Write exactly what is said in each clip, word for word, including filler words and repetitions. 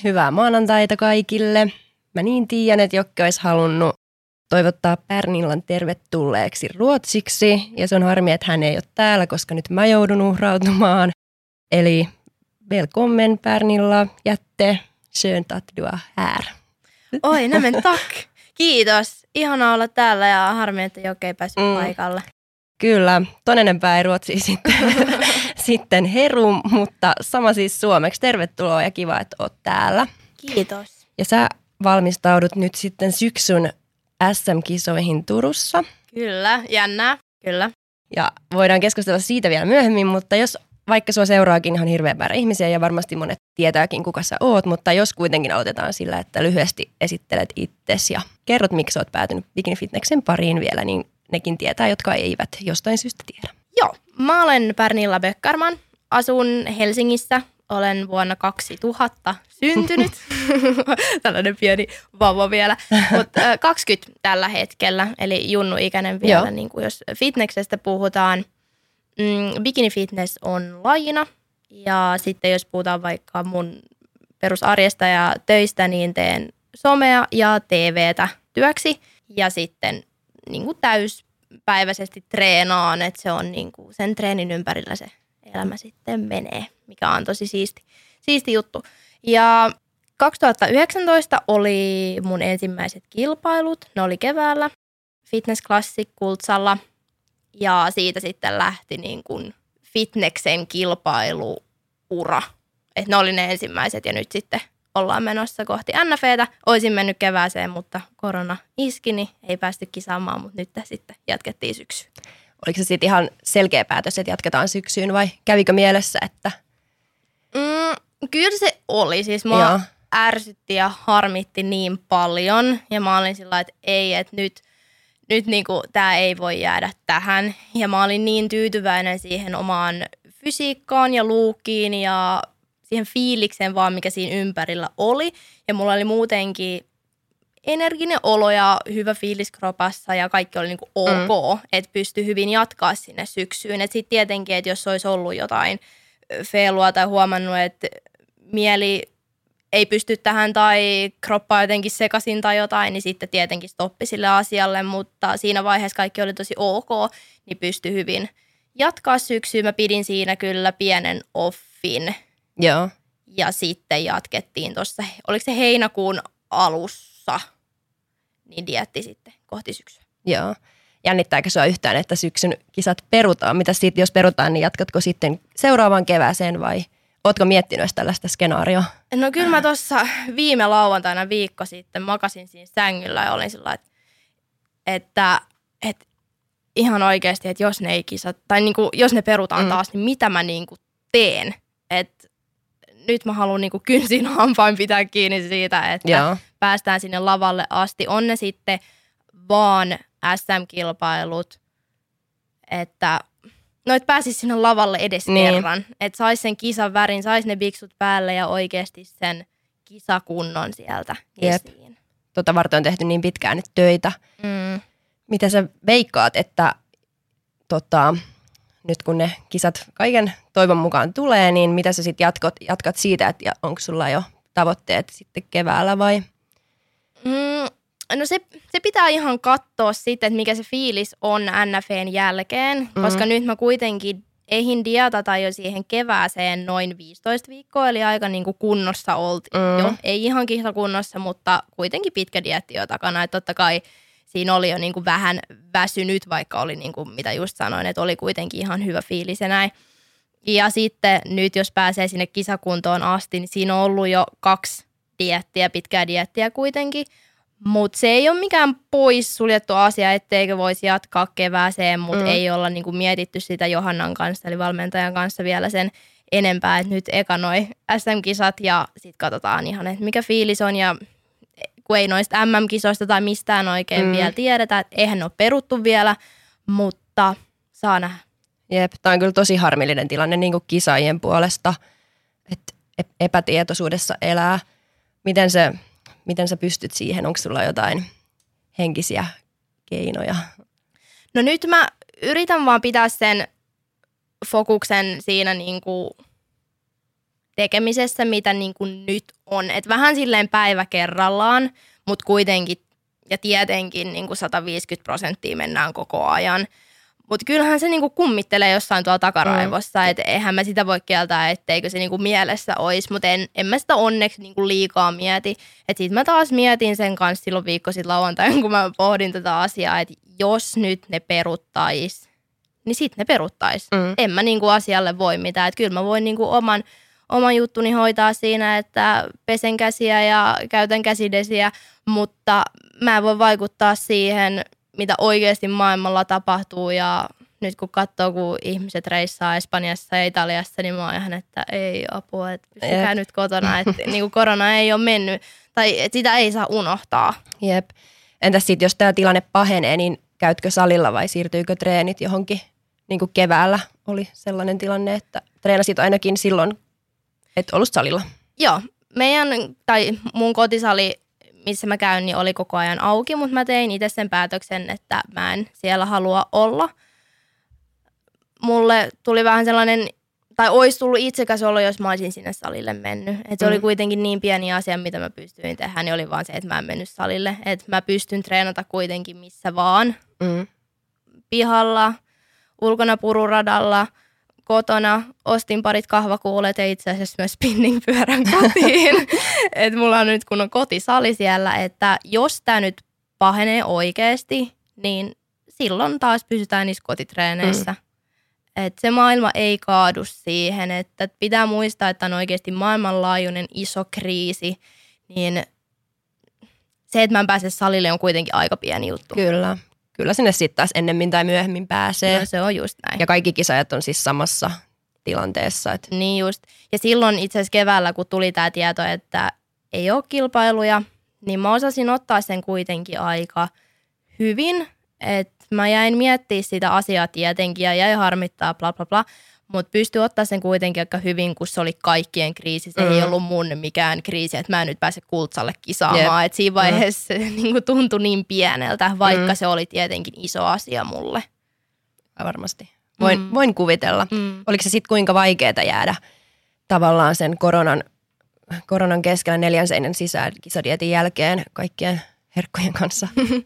hyvää maanantaita kaikille. Mä niin tiedän, että Jokke olisi halunnut toivottaa Pernillan tervetulleeksi ruotsiksi. Ja se on harmi, että hän ei ole täällä, koska nyt mä joudun uhrautumaan. Eli välkommen Pernilla, jätte, skönt att du är här. Oi, nämen tack. Kiitos. Ihana olla täällä ja harmi, että Jokke ei päässyt mm. paikalle. Kyllä, ton enempää ei ruotsia sitten, sitten heru, mutta sama siis suomeksi. Tervetuloa ja kiva, että oot täällä. Kiitos. Ja sä valmistaudut nyt sitten syksyn S M-kisoihin Turussa. Kyllä, jännää, kyllä. Ja voidaan keskustella siitä vielä myöhemmin, mutta jos vaikka sua seuraakin ihan hirveän määrä ihmisiä ja varmasti monet tietääkin, kuka sä oot, mutta jos kuitenkin aloitetaan sillä, että lyhyesti esittelet itsesi ja kerrot, miksi oot päätynyt Bikini Fitnessen pariin vielä, niin nekin tietää, jotka eivät jostain syystä tiedä. Joo, mä olen Pernilla Böckerman, asun Helsingissä, olen vuonna kaksituhatta syntynyt, tällainen pieni vauva vielä, mutta kaksikymmentä tällä hetkellä, eli junnu-ikäinen vielä, niin kuin jos fitneksestä puhutaan. Mm, Bikini Fitness on lajina ja sitten jos puhutaan vaikka mun perusarjesta ja töistä, niin teen somea ja T V:tä työksi ja sitten niin kuin täyspäiväisesti treenaan, että se on niin kuin sen treenin ympärillä se elämä sitten menee, mikä on tosi siisti, siisti juttu. Ja kaksituhattayhdeksäntoista oli mun ensimmäiset kilpailut, ne oli keväällä Fitness Classic Kultsalla ja siitä sitten lähti niin kuin fitneksen kilpailuura. Että ne oli ne ensimmäiset ja nyt sitten ollaan menossa kohti N F E:tä. Oisin mennyt kevääseen, mutta korona iski, niin ei päästy kisaamaan, mutta nyt sitten jatkettiin syksyyn. Oliko se sitten ihan selkeä päätös, että jatketaan syksyyn vai kävikö mielessä, että? Mm, kyllä se oli. Siis mua Joo. ärsytti ja harmitti niin paljon ja mä olin sillä että ei, että nyt, nyt niinku, tää ei voi jäädä tähän. Ja mä olin niin tyytyväinen siihen omaan fysiikkaan ja luukkiin ja siihen fiilikseen vaan, mikä siinä ympärillä oli. Ja mulla oli muutenkin energinen olo ja hyvä fiilis kropassa ja kaikki oli niinku ok, mm. että pystyi hyvin jatkaa sinne syksyyn. Että sitten tietenkin, että jos olisi ollut jotain feilua tai huomannut, että mieli ei pysty tähän tai kroppa jotenkin sekaisin tai jotain, niin sitten tietenkin stoppi sille asialle. Mutta siinä vaiheessa kaikki oli tosi ok, niin pystyi hyvin jatkaa syksyyn. Mä pidin siinä kyllä pienen offin. Joo. Ja sitten jatkettiin tuossa, oliko se heinäkuun alussa, niin dieetti sitten kohti syksyä. Joo. Jännittääkö sinua yhtään, että syksyn kisat perutaan? Mitä sitten, jos perutaan, niin jatkatko sitten seuraavaan kevääseen vai ootko miettinyt tällaista skenaarioa? No kyllä mä tuossa viime lauantaina viikko sitten makasin siinä sängyllä ja olin sillä että, että, että ihan oikeasti, että jos ne ei kisat, tai niin kuin, jos ne perutaan mm. taas, niin mitä mä niin kuin teen? Että nyt mä haluan niin kuin kynsin hampain pitää kiinni siitä, että Joo. päästään sinne lavalle asti. On ne sitten vaan S M-kilpailut, että no et pääsisi sinne lavalle edes niin. kerran. Että sais sen kisan värin, sais ne biksut päälle ja oikeasti sen kisakunnon sieltä esiin. Tota varten on tehty niin pitkään nyt töitä. Mm. Mitä sä veikkaat, että tota, nyt kun ne kisat kaiken toivon mukaan tulee, niin mitä sä sitten jatkat, jatkat siitä, että onko sulla jo tavoitteet sitten keväällä vai? Mm, no se, se pitää ihan katsoa sitten, että mikä se fiilis on N F E:n jälkeen, mm. koska nyt mä kuitenkin eihin dietata jo siihen kevääseen noin viisitoista viikkoa, eli aika niin kuin kunnossa oltiin mm. jo. Ei ihan kisakunnossa, mutta kuitenkin pitkä dieetti jo takana, että totta kai siinä oli jo niin kuin vähän väsynyt, vaikka oli niin kuin, mitä just sanoin, että oli kuitenkin ihan hyvä fiilis ja näin. Ja sitten nyt, jos pääsee sinne kisakuntoon asti, niin siinä on ollut jo kaksi dieettiä, pitkää dieettiä kuitenkin. Mutta se ei ole mikään pois suljettu asia, etteikö voisi jatkaa kevääseen, mutta mm. ei olla niin kuin mietitty sitä Johannan kanssa, eli valmentajan kanssa vielä sen enempää, että nyt eka noi S M-kisat ja sitten katsotaan ihan, että mikä fiilis on ja kun ei noista M M-kisoista tai mistään oikein mm. vielä tiedetä, että eihän ne ole peruttu vielä, mutta saa nähdä. Jep, tämä on kyllä tosi harmillinen tilanne niin kuin kisaajien puolesta, että epätietoisuudessa elää. Miten, se, miten sä pystyt siihen? Onko sulla jotain henkisiä keinoja? No nyt mä yritän vaan pitää sen fokuksen siinä niin kuin tekemisessä, mitä niin kuin nyt on. Et vähän silleen päivä kerrallaan, mutta kuitenkin ja tietenkin niin kuin sata viisikymmentä prosenttia mennään koko ajan. Mutta kyllähän se niinku kummittelee jossain tuolla takaraivossa, mm. että eihän mä sitä voi kieltää, etteikö se niinku mielessä olisi, mutta en, en mä sitä onneksi niinku liikaa mieti. Että sit mä taas mietin sen kanssa silloin viikko sitten lauantaina, kun mä pohdin tätä asiaa, että jos nyt ne peruttais, niin sit ne peruttais. Mm. En mä niinku asialle voi mitään, että kyllä mä voin niinku oman, oman juttuni hoitaa siinä, että pesen käsiä ja käytän käsidesiä, mutta mä en voi vaikuttaa siihen, mitä oikeasti maailmalla tapahtuu ja nyt kun katsoo, kun ihmiset reissaa Espanjassa ja Italiassa, niin mä oon ihan, että ei apua, että pystykää Jep. nyt kotona, että niin kuin korona ei ole mennyt tai että sitä ei saa unohtaa. Jep. Entäs sitten, jos tämä tilanne pahenee, niin käytkö salilla vai siirtyykö treenit johonkin? Niin kuin keväällä oli sellainen tilanne, että treenasit ainakin silloin, et ollut salilla. Joo, meidän tai mun kotisali, missä mä käyn, niin oli koko ajan auki, mutta mä tein itse sen päätöksen, että mä en siellä halua olla. Mulle tuli vähän sellainen, tai olisi tullut itsekäs olo, jos mä olisin sinne salille mennyt. Et se mm. oli kuitenkin niin pieni asia, mitä mä pystyin tehdä, niin oli vaan se, että mä en mennyt salille. Että mä pystyn treenata kuitenkin missä vaan. Mm. Pihalla, ulkona pururadalla, kotona. Ostin parit kahvakuulet ja itse asiassa myös spinningpyörän kotiin. Että mulla on nyt kun on kotisali siellä, että jos tää nyt pahenee oikeasti, niin silloin taas pysytään niissä kotitreeneissä. Mm. Että se maailma ei kaadu siihen, että pitää muistaa, että on oikeasti maailmanlaajuinen iso kriisi, niin se, että mä en pääse salille on kuitenkin aika pieni juttu. Kyllä. Kyllä sinne sitten taas ennemmin tai myöhemmin pääsee. No, se on just näin. Ja kaikki kisajat on siis samassa tilanteessa. Että. Niin just. Ja silloin itse asiassa keväällä, kun tuli tämä tieto, että ei ole kilpailuja, niin mä osasin ottaa sen kuitenkin aika hyvin. Että mä jäin miettimään sitä asiaa tietenkin ja jäi harmittaa bla bla bla. Mutta pystyi ottaa sen kuitenkin aika hyvin, kun se oli kaikkien kriisi. Se mm. ei ollut mun mikään kriisi, että mä en nyt pääse Kultsalle kisaamaan. Yep. Et siinä vaiheessa mm. se niinku tuntui niin pieneltä, vaikka mm. se oli tietenkin iso asia mulle. Varmasti. Voin, mm. voin kuvitella. Mm. Oliko se sitten kuinka vaikeaa jäädä tavallaan sen koronan, koronan keskellä neljän seinän sisään kisadietin jälkeen kaikkien herkkujen kanssa?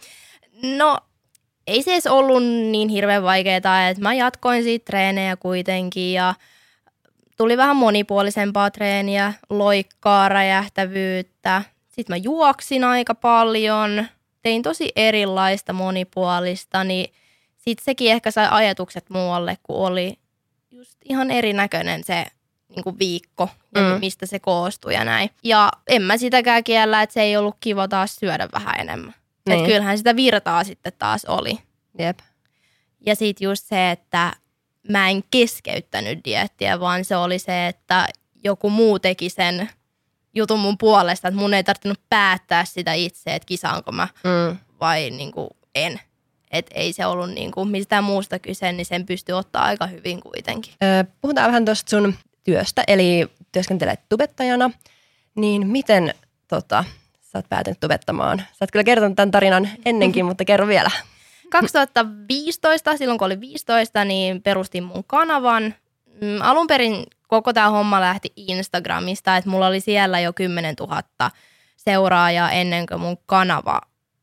No ei se edes ollut niin hirveän vaikeaa, että mä jatkoin siitä treenejä kuitenkin ja tuli vähän monipuolisempaa treeniä, loikkaa, räjähtävyyttä. Sitten mä juoksin aika paljon, tein tosi erilaista monipuolista, niin sitten sekin ehkä sai ajatukset muualle, kun oli just ihan erinäköinen se niin kuin viikko ja mm. mistä se koostui ja näin. Ja en mä sitäkään kiellä, että se ei ollut kiva taas syödä vähän enemmän. Niin. Että kyllähän sitä virtaa sitten taas oli. Jep. Ja sitten just se, että mä en keskeyttänyt dieettiä, vaan se oli se, että joku muu teki sen jutun mun puolesta. Että mun ei tarvinnut päättää sitä itse, että kisaanko mä mm. vai niin kuin en. Että ei se ollut niin kuin mistään muusta kyse, niin sen pystyy ottaa aika hyvin kuitenkin. Öö, puhutaan vähän tuosta sun työstä, eli työskentelet tubettajana. Niin miten tota, sä oot päätynyt tubettamaan? Sä oot kyllä kertonut tämän tarinan ennenkin, mutta kerro vielä. kaksituhattaviisitoista, silloin kun oli viisitoista, niin perustin mun kanavan. Alun perin koko tämä homma lähti Instagramista, että mulla oli siellä jo kymmenen tuhatta seuraajaa ennen kuin mun kanava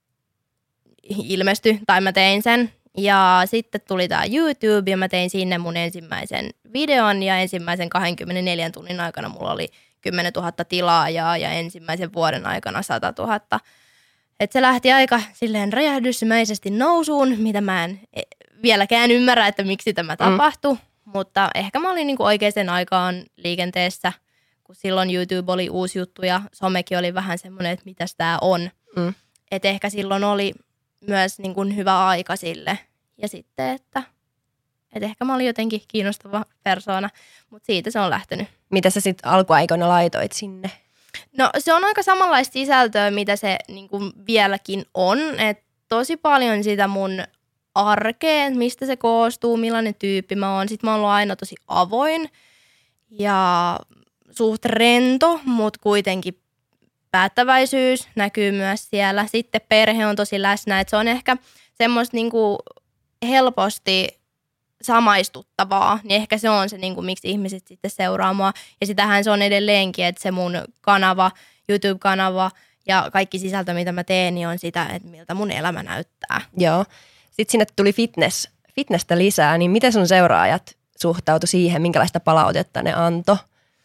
ilmestyi, tai mä tein sen. Ja sitten tuli tää YouTube ja mä tein sinne mun ensimmäisen videon ja ensimmäisen kaksikymmentäneljä tunnin aikana mulla oli kymmenen tuhatta tilaajaa ja ensimmäisen vuoden aikana sata tuhatta. Et se lähti aika silleen räjähdysmäisesti nousuun, mitä mä en vieläkään ymmärrä, että miksi tämä tapahtui. Mm. Mutta ehkä mä olin niinku oikeaan aikaan liikenteessä, kun silloin YouTube oli uusi juttu ja somekin oli vähän semmoinen, että mitäs tää on. Mm. Että ehkä silloin oli myös niinku hyvä aika sille. Ja sitten, että et ehkä mä olin jotenkin kiinnostava persoona, mutta siitä se on lähtenyt. Mitä sä sitten alkuaikoina laitoit sinne? No se on aika samanlaista sisältöä, mitä se niin kuin vieläkin on. Et tosi paljon sitä mun arkea, mistä se koostuu, millainen tyyppi mä oon. Sitten mä oon ollut aina tosi avoin ja suht rento, mutta kuitenkin päättäväisyys näkyy myös siellä. Sitten perhe on tosi läsnä, että se on ehkä semmoista niin kuin helposti samaistuttavaa, niin ehkä se on se, niin kuin, miksi ihmiset sitten seuraa mua. Ja sitähän se on edelleenkin, että se mun kanava YouTube-kanava ja kaikki sisältö, mitä mä teen, niin on sitä, että miltä mun elämä näyttää. Joo. Sitten sinne tuli fitness, fitnessä lisää, niin miten sun seuraajat suhtautui siihen, minkälaista palautetta ne antoi?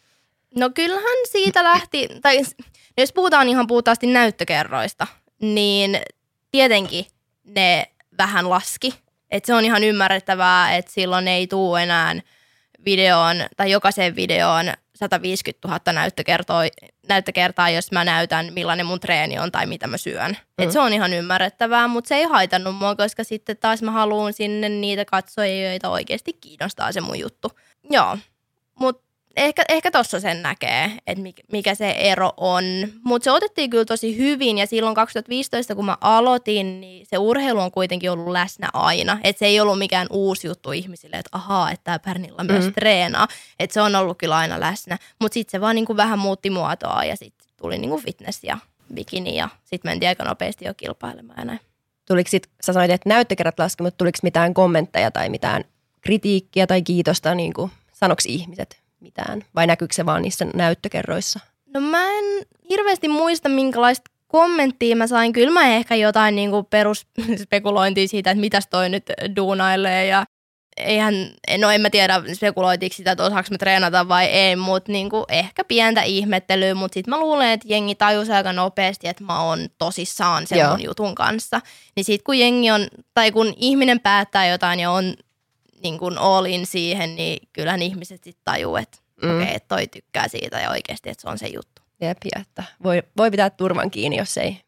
No kyllähän siitä lähti, tai jos puhutaan ihan puhtaasti näyttökerroista, niin tietenkin ne vähän laski. Että se on ihan ymmärrettävää, että silloin ei tule enää videoon tai jokaiseen videoon sata viisikymmentätuhatta näyttökertaa, näyttökertaa, jos mä näytän millainen mun treeni on tai mitä mä syön. Mm. Et se on ihan ymmärrettävää, mutta se ei haitannut mua, koska sitten taas mä haluan sinne niitä katsojia, joita oikeasti kiinnostaa se mun juttu. Joo, mutta ehkä, ehkä tossa sen näkee, että mikä se ero on. Mutta se otettiin kyllä tosi hyvin ja silloin kaksituhattaviisitoista, kun mä aloitin, niin se urheilu on kuitenkin ollut läsnä aina. Että se ei ollut mikään uusi juttu ihmisille, että ahaa, että tää Pernilla myös mm. treenaa. Että se on ollut kyllä aina läsnä. Mutta sitten se vaan niinku vähän muutti muotoa ja sitten tuli niinku fitness ja bikini ja sitten mentiin aika nopeasti jo kilpailemaan ja näin. Tuliko sit, sä sanoit, että näyttökerrat laski, mutta tuliko mitään kommentteja tai mitään kritiikkiä tai kiitosta, niin kuin sanoks ihmiset mitään? Vai näkyykö se vaan niissä näyttökerroissa? No mä en hirveästi muista, minkälaista kommenttia mä sain. Kyllä mä ehkä jotain niin kuin perusspekulointia siitä, että mitäs toi nyt duunailee. Ja eihän, no en mä tiedä spekuloitiinko sitä, että osaanko mä treenata vai ei, mutta niin kuin ehkä pientä ihmettelyä. Mutta sit mä luulen, että jengi tajusi aika nopeasti, että mä oon tosissaan sen Joo. mun jutun kanssa. Niin sit kun jengi on, tai kun ihminen päättää jotain ja on niin kuin all in siihen, niin kyllähän ihmiset sitten tajuu, että mm. okei, okay, että toi tykkää siitä ja oikeasti, että se on se juttu. Jep, ja että voi, voi pitää turvan kiinni, jos ei.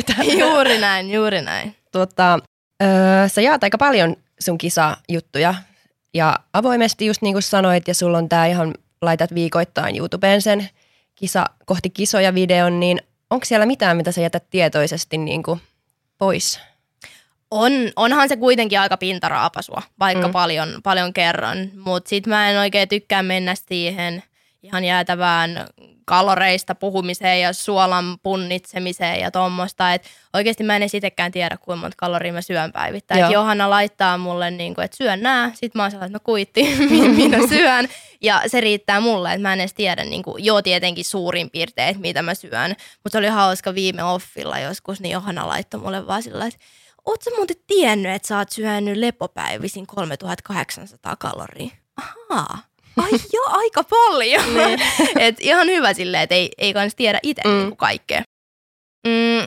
Juuri näin, juuri näin. Tuota, öö, sä jaat aika paljon sun kisajuttuja ja avoimesti just niin kuin sanoit, ja sulla on tää ihan, laitat viikoittain YouTubeen sen kisa, kohti kisoja videon, niin onko siellä mitään, mitä sä jätät tietoisesti niin kuin pois? On, onhan se kuitenkin aika pintaraapasua, vaikka mm. paljon, paljon kerron, mutta sit mä en oikein tykkää mennä siihen ihan jäätävään kaloreista puhumiseen ja suolan punnitsemiseen ja tommoista, että oikeasti mä en edes itsekään tiedä, kuinka monta kaloria mä syön päivittäin. Et Johanna laittaa mulle, niin kuin, että syön nää, sit mä oon sellainen, että no kuitti, minä syön, ja se riittää mulle, että mä en edes tiedä, niin kuin, joo tietenkin suurin piirtein, että mitä mä syön, mutta se oli hauska viime offilla joskus, niin Johanna laittoi mulle vaan sillä, että oot sä muuten tiennyt, että sä oot syönyt lepopäivisin kolmetuhattakahdeksansataa kaloria? Ahaa, ai joo, aika paljon. Et ihan hyvä silleen, että ei, ei kans tiedä itse mm. niinku kaikkea. Mm,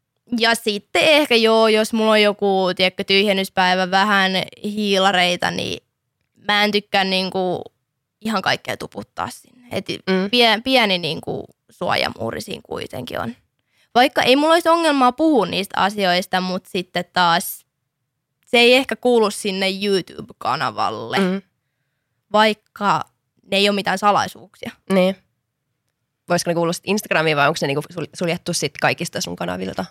ja sitten ehkä joo, jos mulla on joku tiedätkö, tyhjennyspäivä, vähän hiilareita, niin mä en tykkää niinku ihan kaikkea tuputtaa sinne. Et mm. pie, pieni niinku suojamuuri siinä kuitenkin on. Vaikka ei mulla olisi ongelmaa puhua niistä asioista, mutta sitten taas se ei ehkä kuulu sinne YouTube-kanavalle, mm. vaikka ne ei ole mitään salaisuuksia. Niin. Voisiko ne kuulua sitten Instagramiin vai onko ne niinku suljettu sitten kaikista sun kanavilta?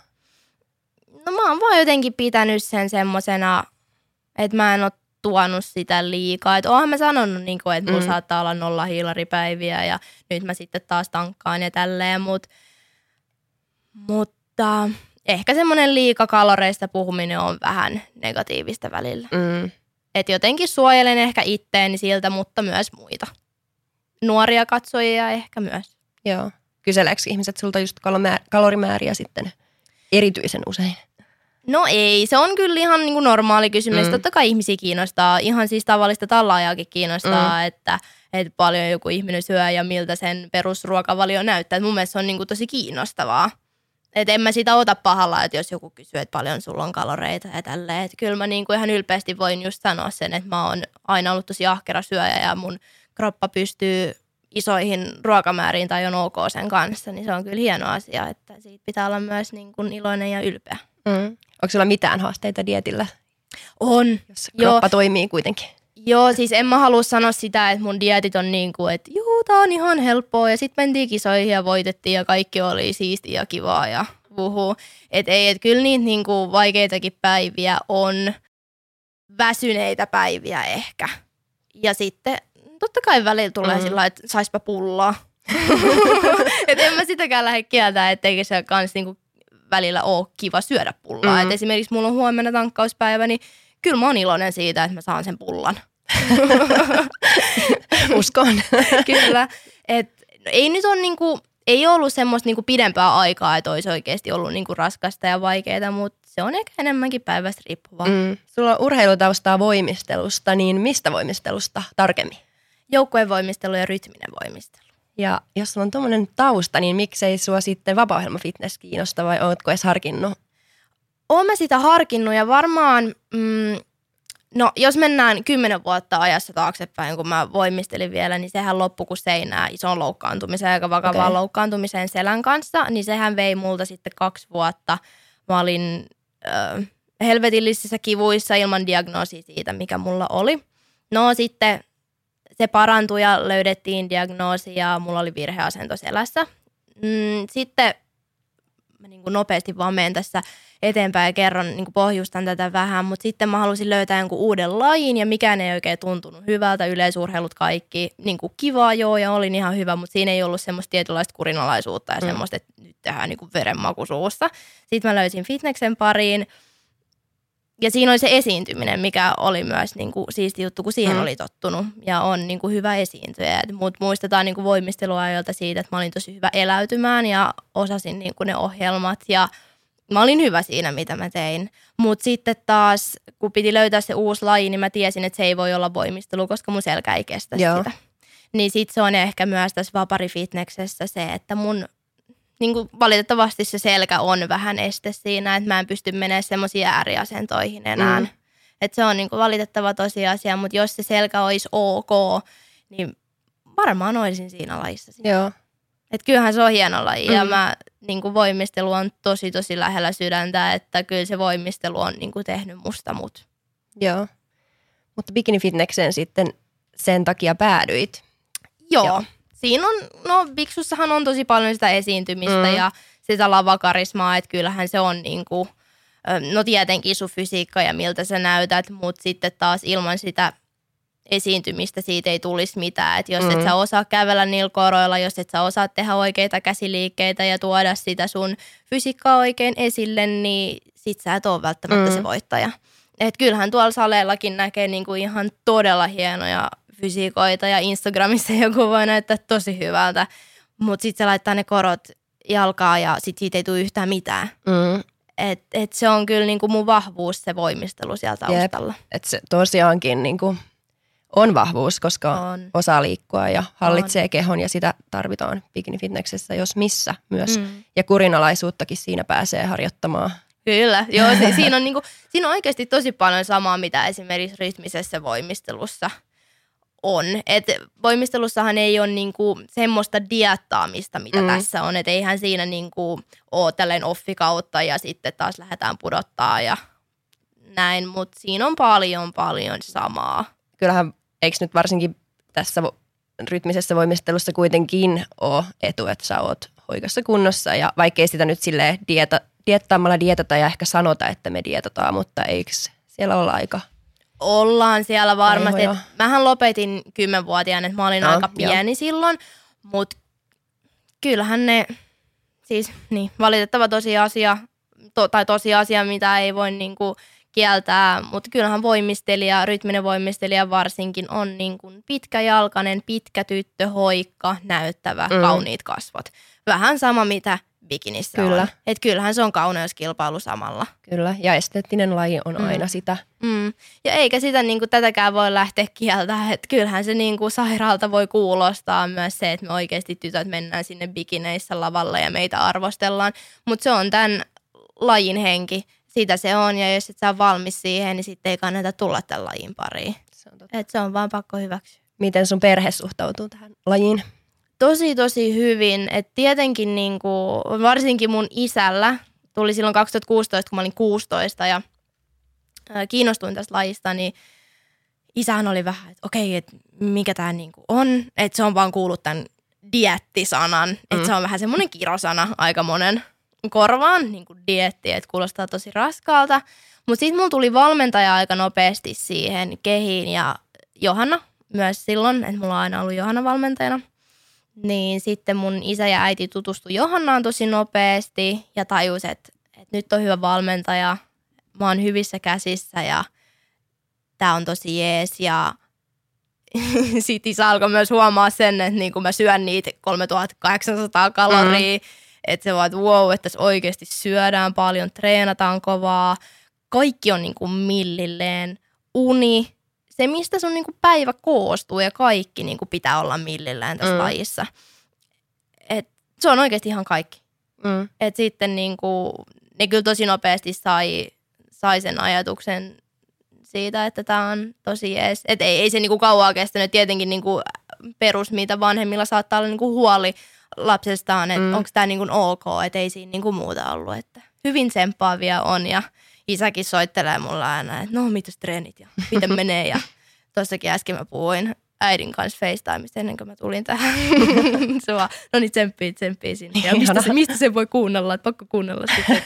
No mä oon vaan jotenkin pitänyt sen semmosena, että mä en ole tuonut sitä liikaa. Että oonhan mä sanonut, niinku, että mulla mm. saattaa olla nolla hiilaripäiviä ja nyt mä sitten taas tankkaan ja tälleen, mutta Mutta ehkä semmoinen liikakaloreista puhuminen on vähän negatiivista välillä. Mm. Että jotenkin suojelen ehkä itteeni siltä, mutta myös muita. Nuoria katsojia ehkä myös. Joo. Kyseleekö ihmiset sulta just kalorimääriä sitten erityisen usein? No ei, se on kyllä ihan niin kuin normaali kysymys. Mm. Totta kai ihmisiä kiinnostaa, ihan siis tavallista tallaajaakin kiinnostaa, mm. että, että paljon joku ihminen syö ja miltä sen perusruokavalio näyttää. Et mun mielestä se on niin kuin tosi kiinnostavaa. Että en mä sitä ota pahalla, että jos joku kysyy, että paljon sulla on kaloreita ja tälleen. Että kyllä mä niinku ihan ylpeästi voin just sanoa sen, että mä oon aina ollut tosi ahkera syöjä ja mun kroppa pystyy isoihin ruokamääriin tai on ok sen kanssa. Niin se on kyllä hieno asia, että siitä pitää olla myös niin kuin iloinen ja ylpeä. Mm. Onko sulla mitään haasteita dietillä? On. Jos kroppa Joo. toimii kuitenkin. Joo, siis en mä halua sanoa sitä, että mun dietit on niin kuin, että juu, tää on ihan helppoa. Ja sitten mentiin kisoihin ja voitettiin ja kaikki oli siistiä ja kivaa ja vuhuu. Että ei, että kyllä niitä niin kuin vaikeitakin päiviä on, väsyneitä päiviä ehkä. Ja sitten totta kai välillä tulee mm. sillä lailla, että saispa pullaa. Että en mä sitäkään lähde kieltämään, etteikö se kans niin kuin välillä ole kiva syödä pullaa. Mm. Että esimerkiksi mulla on huomenna tankkauspäivä, niin kyllä mä oon iloinen siitä, että mä saan sen pullan. Uskon. Kyllä. Et, no ei nyt ole niinku, ei ollut semmoista niinku pidempää aikaa, että olisi oikeasti ollut niinku raskasta ja vaikeaa, mutta se on ehkä enemmänkin päivästä riippuvaa. Mm. Sulla on urheilutaustaa voimistelusta, niin mistä voimistelusta tarkemmin? Joukkueen voimistelu ja rytminen voimistelu. Ja jos sulla on tuommoinen tausta, niin miksei sua sitten vapaa-ohjelmafitness kiinnosta vai ootko edes harkinnut? Oon mä sitä harkinnut ja varmaan, mm, no jos mennään kymmenen vuotta ajassa taaksepäin, kun mä voimistelin vielä, niin sehän loppui kuin seinää ison loukkaantumiseen, aika vakavaan okay. loukkaantumiseen selän kanssa, niin sehän vei multa sitten kaksi vuotta. Mä olin äh, helvetillisissä kivuissa ilman diagnoosia siitä, mikä mulla oli. No sitten se parantui ja löydettiin diagnoosi ja mulla oli virheasento selässä. Mm, sitten mä niin kuin nopeasti vaan menen tässä eteenpäin ja kerron, niin kuin pohjustan tätä vähän, mutta sitten mä halusin löytää jonkun uuden lajin ja mikään ei oikein tuntunut hyvältä. Yleisurheilut kaikki, niin kuin kivaa joo ja olin ihan hyvä, mutta siinä ei ollut semmoista tietynlaista kurinalaisuutta ja mm. semmoista, että nyt tehdään niin kuin verenmaku suussa. Sitten mä löysin fitneksen pariin ja siinä oli se esiintyminen, mikä oli myös niin kuin siisti juttu, kun siihen mm. oli tottunut ja on niin kuin hyvä esiintyjä. Mutta muistetaan niin kuin voimisteluajoilta siitä, että mä olin tosi hyvä eläytymään ja osasin niin kuin ne ohjelmat ja mä olin hyvä siinä, mitä mä tein. Mutta sitten taas, kun piti löytää se uusi laji, niin mä tiesin, että se ei voi olla voimistelu, koska mun selkä ei kestä Joo. sitä. Niin sitten se on ehkä myös tässä vaparifitneksessä se, että mun niin kuin valitettavasti se selkä on vähän este siinä, että mä en pysty menemään semmoisiin ääriasentoihin enää. Mm. Että se on niin kuin valitettava tosiasia, mutta jos se selkä olisi ok, niin varmaan olisin siinä lajissa. Joo. Että kyllähän se on hieno laji mm. ja mä, niin kuin voimistelu on tosi tosi lähellä sydäntä, että kyllä se voimistelu on niin kuin tehnyt musta mut. Joo, mutta bikinifitnekseen sitten sen takia päädyit. Joo. Joo. Siinä on, no biksussahan on tosi paljon sitä esiintymistä mm. ja sitä lavakarismaa, että kyllähän se on niin kuin, no tietenkin sun fysiikka ja miltä sä näytät, mutta sitten taas ilman sitä esiintymistä siitä ei tulisi mitään. Että jos mm. et sä osaa kävellä niillä koroilla, jos et sä osaa tehdä oikeita käsiliikkeitä ja tuoda sitä sun fysiikkaa oikein esille, niin sit sä et ole välttämättä mm. se voittaja. Että kyllähän tuolla saleillakin näkee niinku ihan todella hienoja fysiikoita ja Instagramissa joku voi näyttää tosi hyvältä, mutta sitten se laittaa ne korot jalkaa ja sitten siitä ei tule yhtään mitään. Mm. Et, et se on kyllä niinku mun vahvuus se voimistelu siellä taustalla. Jep. Et se tosiaankin niinku on vahvuus, koska on. Osaa liikkua ja hallitsee on. Kehon ja sitä tarvitaan bikinifitneksessä, jos missä myös. Mm. Ja kurinalaisuuttakin siinä pääsee harjoittamaan. Kyllä, joo, se, siinä, on niinku, siinä on oikeasti tosi paljon samaa, mitä esimerkiksi rytmisessä voimistelussa on. Et voimistelussahan ei ole niinku semmoista diettaamista, mitä mm. tässä on. Et eihän siinä niinku ole tällainen offikautta ja sitten taas lähdetään pudottaa ja näin. Mutta siinä on paljon, paljon samaa. Kyllähän, eikö nyt varsinkin tässä rytmisessä voimistelussa kuitenkin ole etu, että sä oot hoikassa kunnossa. Ja vaikkei sitä nyt silleen dieta, diettaamalla dietata ja ehkä sanota, että me dietataan, mutta eikö siellä olla aika... Ollaan siellä varmasti. Mähän lopetin kymmenvuotiaana, että mä olin no, aika pieni jo. silloin, mutta kyllähän ne, siis niin, valitettava tosiasia, to, tai tosiasia, mitä ei voi niinku kieltää, mutta kyllähän voimistelija, rytminen voimistelija varsinkin on niinku pitkäjalkainen, pitkä tyttö, hoikka, näyttävä, mm. kauniit kasvot. Vähän sama, mitä bikinissä Kyllä. on. Että kyllähän se on kauneuskilpailu samalla. Kyllä, ja esteettinen laji on mm. aina sitä. Mm. Ja eikä sitä niin kuin, tätäkään voi lähteä kieltämään. Että kyllähän se niin kuin, sairaalta voi kuulostaa myös se, että me oikeasti tytöt mennään sinne bikineissä lavalle ja meitä arvostellaan. Mutta se on tämän lajin henki. Sitä se on, ja jos et sä ole valmis siihen, niin sitten ei kannata tulla tämän lajin pariin. Se on, Et se on vaan pakko hyväksyä. Miten sun perhe suhtautuu tähän lajiin? Tosi, tosi hyvin. Et tietenkin niinku, varsinkin mun isällä tuli silloin kaksituhattakuusitoista, kun mä olin kuusitoista ja ää, kiinnostuin tästä lajista, niin isähän oli vähän, että okei, että mikä tää niinku on. Että se on vaan kuullut tämän diettisanan. Mm. Että se on vähän semmoinen kirosana aika monen korvaan, niinku dieetti, että kuulostaa tosi raskaalta. Mutta sitten mulla tuli valmentaja aika nopeasti siihen kehiin ja Johanna myös silloin, että mulla on aina ollut Johanna valmentajana. Niin sitten mun isä ja äiti tutustui Johannaan tosi nopeasti ja tajus, että, että nyt on hyvä valmentaja, mä oon hyvissä käsissä ja tää on tosi jees. Ja sit isä alkoi myös huomaa sen, että niin kun mä syön niitä kolmetuhattakahdeksansataa kaloria, mm. että se vaan, että wow, että tässä oikeasti syödään paljon, treenataan kovaa, kaikki on niin kuin millilleen, uni, se mistä sun niin kuin päivä koostuu ja kaikki niin kuin pitää olla millilleen tässä mm. lajissa. Et se on oikeasti ihan kaikki. Mm. Et sitten niin kuin, ne kyllä tosi nopeasti sai, sai sen ajatuksen siitä, että tämä on tosi jees. Että ei, ei se niinku kauaa kestänyt. Tietenkin niinku perus, mitä vanhemmilla saattaa olla niinku huoli lapsestaan, että mm. onko tämä niinku ok, että ei siinä niinku muuta ollut. Että hyvin tsemppaavia on ja isäkin soittelee mulle aina, että no mitäs treenit ja miten menee. Ja tossakin äsken mä puhuin äidin kanssa FaceTimeista ennen kuin mä tulin tähän. Se vaan, no niin tsemppii, tsemppii sinne. Ja mistä se, mistä se voi kuunnella, että pakko kuunnella sitten.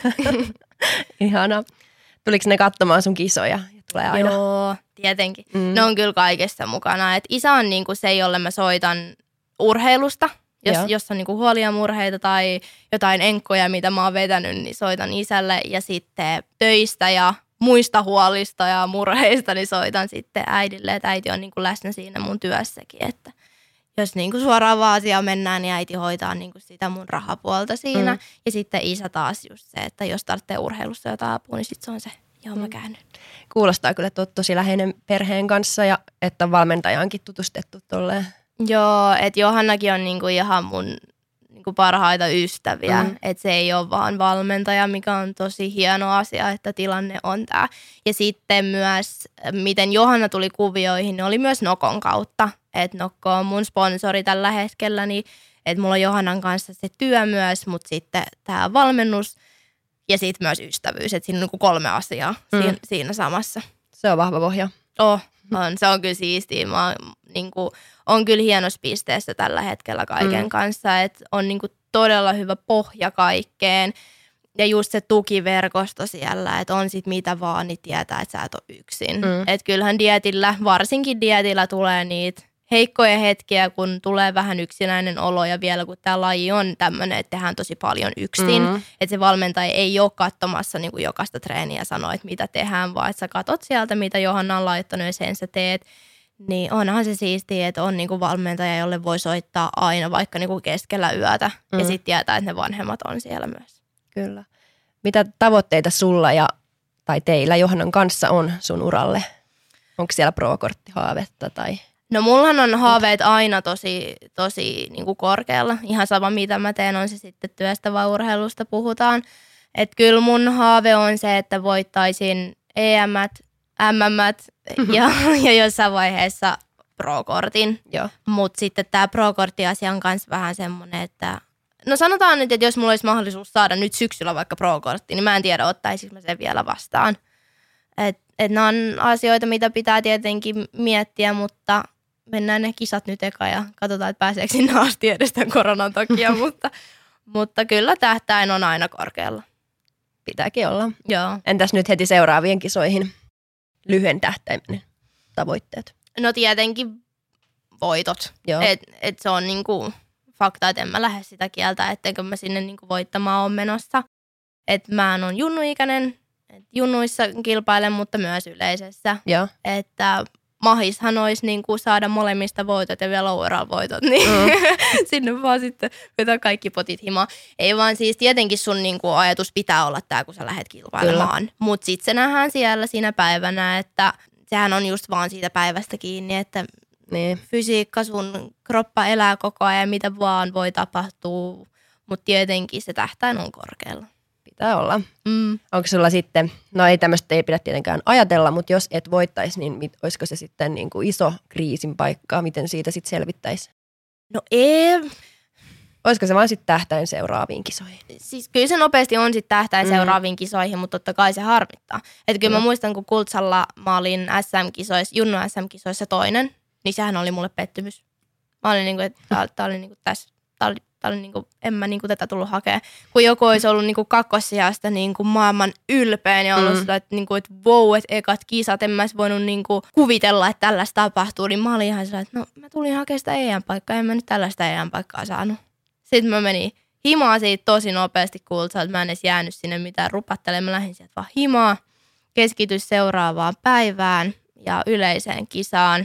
Ihana. Tuliko ne katsomaan sun kisoja? Tulee aina. Joo, tietenkin. Mm. Ne on kyllä kaikessa mukana. Et isä on niinku se, jolle mä soitan urheilusta. Jos, jos on niinku huolia murheita tai jotain enkkoja, mitä mä oon vetänyt, niin soitan isälle. Ja sitten töistä ja muista huolista ja murheista, niin soitan sitten äidille. Että äiti on niinku läsnä siinä mun työssäkin. Että jos niinku suoraan vaan asiaan mennään, niin äiti hoitaa niinku sitä mun rahapuolta siinä. Mm. Ja sitten isä taas just se, että jos tarvitsee urheilussa jotain apua, niin sitten se on se. Joo, mä käyn nyt. Kuulostaa kyllä, että olet tosi läheinen perheen kanssa ja että on valmentajaankin tutustettu tolleen. Joo, että Johannakin on niinku ihan mun niinku parhaita ystäviä. Mm. Että se ei ole vaan valmentaja, mikä on tosi hieno asia, että tilanne on tää. Ja sitten myös, miten Johanna tuli kuvioihin, niin oli myös Nokon kautta. Että Nokko on mun sponsori tällä hetkellä, niin että mulla on Johannan kanssa se työ myös, mutta sitten tämä valmennus. Ja sitten myös ystävyys, että siinä on niinku kolme asiaa mm. siinä, siinä samassa. Se on vahva pohja. Oh, on. Se on kyllä siistiä. Mä niinku, on kyllä hienossa pisteessä tällä hetkellä kaiken mm. kanssa, että on niinku todella hyvä pohja kaikkeen. Ja just se tukiverkosto siellä, että on sit mitä vaan, niin tietää, että sä et ole yksin. Mm. Että kyllähän dietillä, varsinkin dietillä tulee niitä heikkoja hetkiä, kun tulee vähän yksinäinen olo ja vielä kun tämä laji on tämmöinen, että tehdään tosi paljon yksin. Mm-hmm. Että se valmentaja ei ole katsomassa niin kuin jokaista treeniä ja sanoo, että mitä tehdään, vaan että sä katot sieltä, mitä Johanna on laittanut ja sen sä teet. Niin onhan se siistiä, että on niin kuin valmentaja, jolle voi soittaa aina vaikka niin kuin keskellä yötä mm-hmm. ja sitten tietää, että ne vanhemmat on siellä myös. Kyllä. Mitä tavoitteita sulla ja, tai teillä Johannan kanssa on sun uralle? Onko siellä pro-korttihaavetta tai... No mullahan on haaveet aina tosi, tosi niin kuin korkealla. Ihan sama mitä mä teen, on se sitten työstä vai urheilusta puhutaan. Että kyllä mun haave on se, että voittaisin E M:t, M M:t ja, ja jossain vaiheessa pro-kortin. Mutta sitten tämä pro-kortti-asia on myös vähän semmoinen, että no sanotaan nyt, että jos mulla olisi mahdollisuus saada nyt syksyllä vaikka pro-kortti, niin mä en tiedä, ottaisinko mä sen vielä vastaan. Että et nämä on asioita, mitä pitää tietenkin miettiä, mutta mennään ne kisat nyt eka ja katsotaan, että pääseekö sinne asti edes tämän koronan takia, mutta, mutta kyllä tähtäin on aina korkealla. Pitääkin olla. Joo. Entäs nyt heti seuraaviin kisoihin lyhyen tähtäimen tavoitteet? No tietenkin voitot. Että et se on niinku fakta, että en mä lähde sitä kieltä, ettenkö mä sinne niinku voittamaan ole menossa. Että mä oon junnuikäinen. Junnuissa kilpailen, mutta myös yleisessä. Joo. Että mahishan olisi niin kuin saada molemmista voitot ja vielä overall voitot, niin mm. sinne vaan sitten vetää kaikki potit himaan. Ei vaan siis tietenkin sun niin kuin ajatus pitää olla tämä, kun sä lähdet kilpailemaan. Mutta sitten se nähdään siellä siinä päivänä, että sehän on just vaan siitä päivästä kiinni, että niin. Fysiikka, sun kroppa elää koko ajan, mitä vaan voi tapahtua, mutta tietenkin se tähtäin on korkealla. Pitää olla. Mm. Onko sulla sitten, no ei tämmöistä ei pidä tietenkään ajatella, mutta jos et voittaisi, niin mit, olisiko se sitten niin kuin iso kriisin paikka, miten siitä sitten selvittäisi? No ei. Olisiko se vaan sitten tähtäin seuraaviin kisoihin? Siis kyllä se nopeasti on sitten tähtäin mm. seuraaviin kisoihin, mutta totta kai se harmittaa. Että kyllä mm. mä muistan, kun Kultsalla mä olin S M-kisoissa, Junnu S M-kisoissa toinen, niin sehän oli mulle pettymys. Mä olin niinku, että tää oli niinku tässä, tää oli Tää oli niinku, en mä niinku tätä tullut hakemaan. Kun joku olisi ollut niinku kakkossijasta niinku maailman ylpein ja ollut mm. sillä, että niinku, et wow, että ekat kisat, en mä olisi voinut niinku kuvitella, että tällaista tapahtuu. Niin mä olin ihan sillä, että no mä tulin hakemaan sitä E M-paikkaa, en mä nyt tällaista E M-paikkaa saanut. Sitten mä menin himaa siitä tosi nopeasti Kultsalta, että mä en edes jäänyt sinne mitään rupattelemaan. Mä lähdin sieltä vaan himaa, keskitys seuraavaan päivään ja yleiseen kisaan.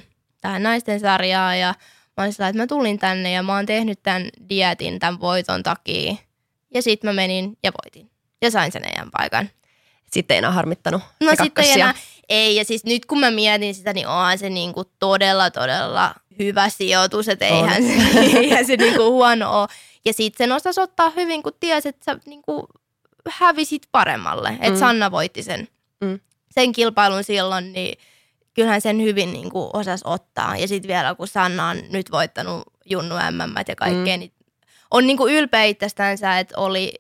tähän naisten sarjaan ja mä olin sillä, että mä tulin tänne ja mä oon tehnyt tämän dieetin tämän voiton takia. Ja sit mä menin ja voitin. Ja sain sen E M-paikan. Sitten ei enää harmittanut. No sitten ei enää. Ei, ja siis nyt kun mä mietin sitä, niin onhan se niinku todella, todella hyvä sijoitus, että eihän se, eihän se niinku huono ole. Ja sit sen osasi ottaa hyvin, kun tiesi, että sä niinku hävisit paremmalle. Että mm. Sanna voitti sen, mm. sen kilpailun silloin, niin kyllähän sen hyvin niinku osasi ottaa. Ja sitten vielä, kun Sanna on nyt voittanut Junnu M M ja kaikkea, mm. niin on niinku ylpeä itsestänsä, että oli,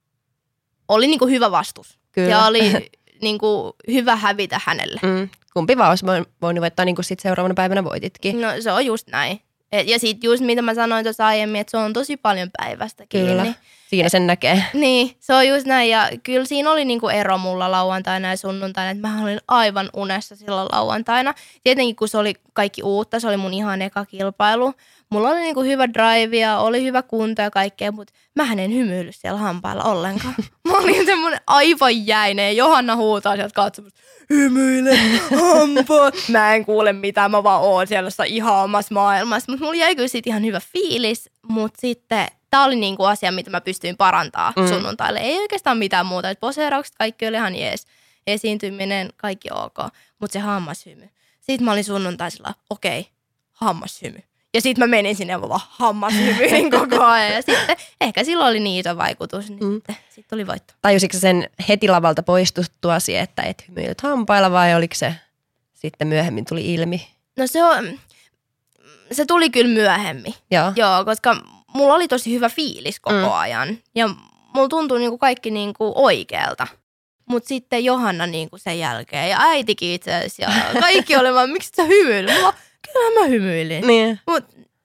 oli niinku hyvä vastus. Kyllä. Ja oli niinku hyvä hävitä hänelle. Mm. Kumpi vaan olisi voinut voittaa, niin kuin sit seuraavana päivänä voititkin. No se on just näin. Et, ja sitten just mitä mä sanoin tuossa aiemmin, että se on tosi paljon päivästä kiinni. Kyllä, siinä sen näkee. Niin, se on just näin. Ja kyllä siinä oli niinku ero mulla lauantaina ja sunnuntaina, että mä olin aivan unessa silloin lauantaina. Tietenkin kun se oli kaikki uutta, se oli mun ihan eka kilpailu. Mulla oli niinku hyvä drive ja oli hyvä kunto ja kaikkea, mutta mähän en hymyillyt siellä hampailla ollenkaan. Mä olin semmoinen aivan jäinen ja Johanna huutaa sieltä katsomasta, hymyile hampaat. Mä en kuule mitään, mä vaan oon siellä ihan omassa maailmassa. Mutta mulla jäi kyllä siitä ihan hyvä fiilis, mutta sitten tää oli niinku asia, mitä mä pystyin parantaa mm. sunnuntaille. Ei oikeastaan mitään muuta, että poseeraukset kaikki oli ihan jees. Esiintyminen, kaikki ok, mutta se hammashymy. Sitten mä olin sunnuntaisella, okei, okay, hammashymy. Ja sitten mä menin sinne vaan hammashymyin koko ajan. Ja sitten ehkä silloin oli niin iso vaikutus, niin mm. sitten sit tuli voitto. Tajusitko sen heti lavalta poistuttuasi, että et hymyilyt hampailla vai oliko se sitten myöhemmin tuli ilmi? No se, on, se tuli kyllä myöhemmin. Joo. Joo, koska mulla oli tosi hyvä fiilis koko mm. ajan. Ja mulla tuntui niinku kaikki niinku oikealta. Mutta sitten Johanna niinku sen jälkeen ja äitikin itse asiassa. Ja kaikki oli vaan, miksi sä hymyilyt? Mulla kyllä mä hymyilin. Niin. Mut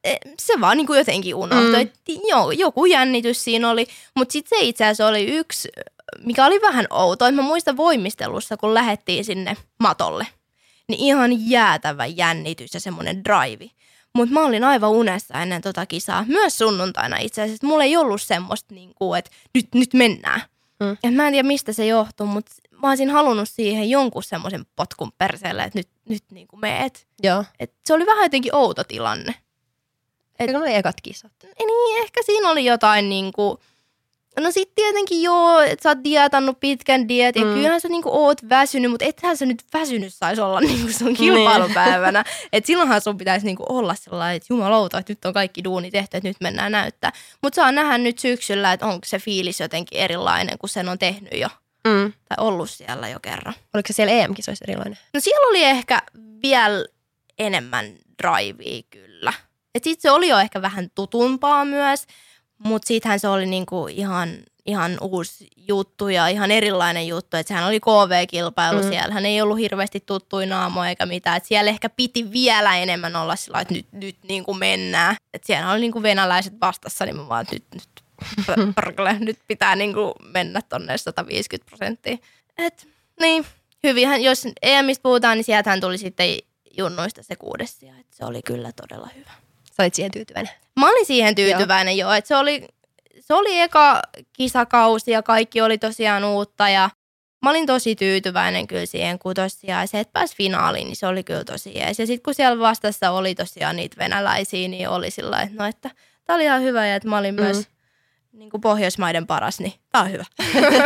se vaan niin kuin jotenkin unohtui. Mm. Jo, joku jännitys siinä oli. Mutta sitten se itse asiassa oli yksi, mikä oli vähän outoa. Mä muistan voimistelussa, kun lähdettiin sinne matolle. Niin ihan jäätävä jännitys ja semmoinen drive. Mutta mä olin aivan unessa ennen tota kisaa. Myös sunnuntaina itse asiassa. Mulla ei ollut semmoista, niin kuin, että nyt, nyt mennään. Mm. Ja mä en tiedä, mistä se johtuu, mutta mä olisin halunnut siihen jonkun semmoisen potkun perseelle, että nyt, nyt niin kuin meet. Joo. Et se oli vähän jotenkin outo tilanne. Et, ne oli ekat kisat. Niin, ehkä siinä oli jotain niin kuin, no sit tietenkin joo, että sä oot dietannut pitkän dietin. Mm. Kyllähän sä niin kuin oot väsynyt, mutta ethän sä nyt väsynyt saisi olla niin kuin sun kilpailupäivänä. Että silloinhan sun pitäisi niin kuin olla sellainen, että jumalauta, että nyt on kaikki duuni tehty, että nyt mennään näyttää. Mutta saa nähdä nyt syksyllä, että onko se fiilis jotenkin erilainen, kun sen on tehnyt jo. Mm. Tai ollut siellä jo kerran. Oliko se siellä E M-kisoissa erilainen? No siellä oli ehkä vielä enemmän drivea kyllä. Et sit se oli jo ehkä vähän tutumpaa myös, mutta siitähän se oli niinku ihan, ihan uusi juttu ja ihan erilainen juttu. Että sehän oli K V-kilpailu mm. siellä. Hän ei ollut hirveästi tuttuja naamoja eikä mitään. Et siellä ehkä piti vielä enemmän olla sillä, että nyt, nyt niinku mennään. Et siellä oli niinku venäläiset vastassa, niin mä vaan, nyt, nyt. Parkle, nyt pitää niinku mennä tonne sata viisikymmentä prosenttia. Et niin, hyvinhän, jos E M:istä puhutaan, niin sieltähän tuli sitten junnuista se kuudes sija. Et se oli kyllä todella hyvä. Sä olit siihen tyytyväinen? Mä olin siihen tyytyväinen joo, jo että se oli, se oli eka kisakausi ja kaikki oli tosiaan uutta ja mä olin tosi tyytyväinen kyllä siihen kutossijaiseen, että pääsi finaaliin, niin se oli kyllä tosi jees. Ja sitten kun siellä vastassa oli tosiaan niitä venäläisiä, niin oli sillä että no, että tää oli ihan hyvä ja että mä olin mm. myös niin kuin Pohjoismaiden paras, niin tää on hyvä.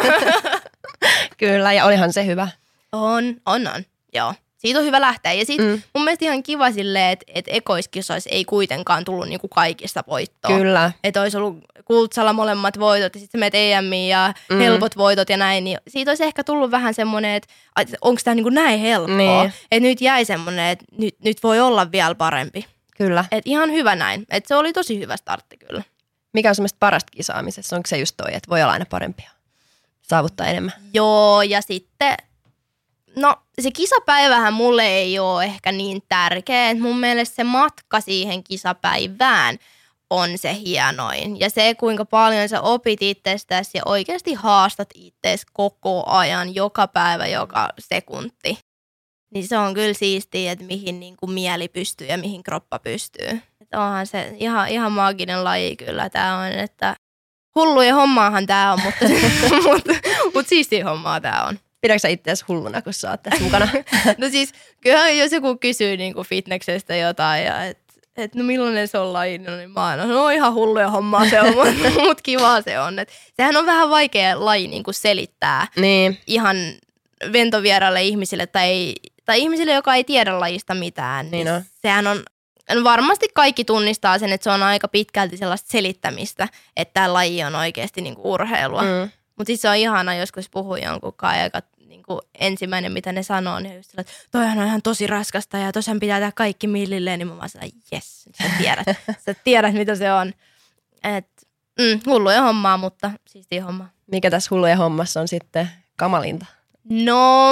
Kyllä, ja olihan se hyvä. On, on, on, joo. Siitä on hyvä lähteä. Ja sitten mm. mun mielestä ihan kiva silleen, että et ekoiskisoissa ei kuitenkaan tullut niinku kaikista voittoa. Kyllä. Että olisi ollut Kultsalla molemmat voitot ja sitten sä menet E Miin ja mm. helpot voitot ja näin. Niin siitä olisi ehkä tullut vähän semmoinen, että onko tämä niinku näin helppoa. Niin. Että nyt jäi semmoinen, että nyt, nyt voi olla vielä parempi. Kyllä. Että ihan hyvä näin. Että se oli tosi hyvä startti kyllä. Mikä on semmoista parasta kisaamisessa? Onko se just toi, että voi olla aina parempia? Saavuttaa enemmän? Joo, ja sitten, no se kisapäivähän mulle ei ole ehkä niin tärkeä. Mun mielestä se matka siihen kisapäivään on se hienoin. Ja se, kuinka paljon sä opit itsestäsi ja oikeasti haastat itseäsi koko ajan, joka päivä, joka sekunti. Niin se on kyllä siistiä, että mihin niin kuin mieli pystyy ja mihin kroppa pystyy. Että onhan se ihan, ihan maaginen laji kyllä tämä on, että hulluja hommaahan tämä on, mutta, mutta, mutta siistiä hommaa tämä on. Pidätkö sä itseäsi hulluna, kun sä oot tässä mukana? No siis, kyllähän jos joku kysyy niin kuin fitneksestä jotain ja että et, no millainen se on laji, no niin mä oon, no ihan hulluja hommaa se on, mutta mut kivaa se on. Et sehän on vähän vaikea laji niin kuin selittää niin. ihan ventovieraille ihmisille tai, tai ihmisille, joka ei tiedä lajista mitään. Niin on. Sehän on, varmasti kaikki tunnistaa sen, että se on aika pitkälti sellaista selittämistä, että tämä laji on oikeasti niin kuin urheilua. Mm. Mutta sitten se on ihana joskus puhua jonkun kanssa, joka niin kuin ensimmäinen, mitä ne sanoo, niin just sillä, että toihan on ihan tosi raskasta ja tosiaan pitää tehdä kaikki millilleen, niin mä vaan sanoin, jes, sä tiedät, sä tiedät mitä se on. Et, mm, hulluja hommaa, mutta siistiä hommaa. Mikä tässä hulluja hommassa on sitten kamalinta? No,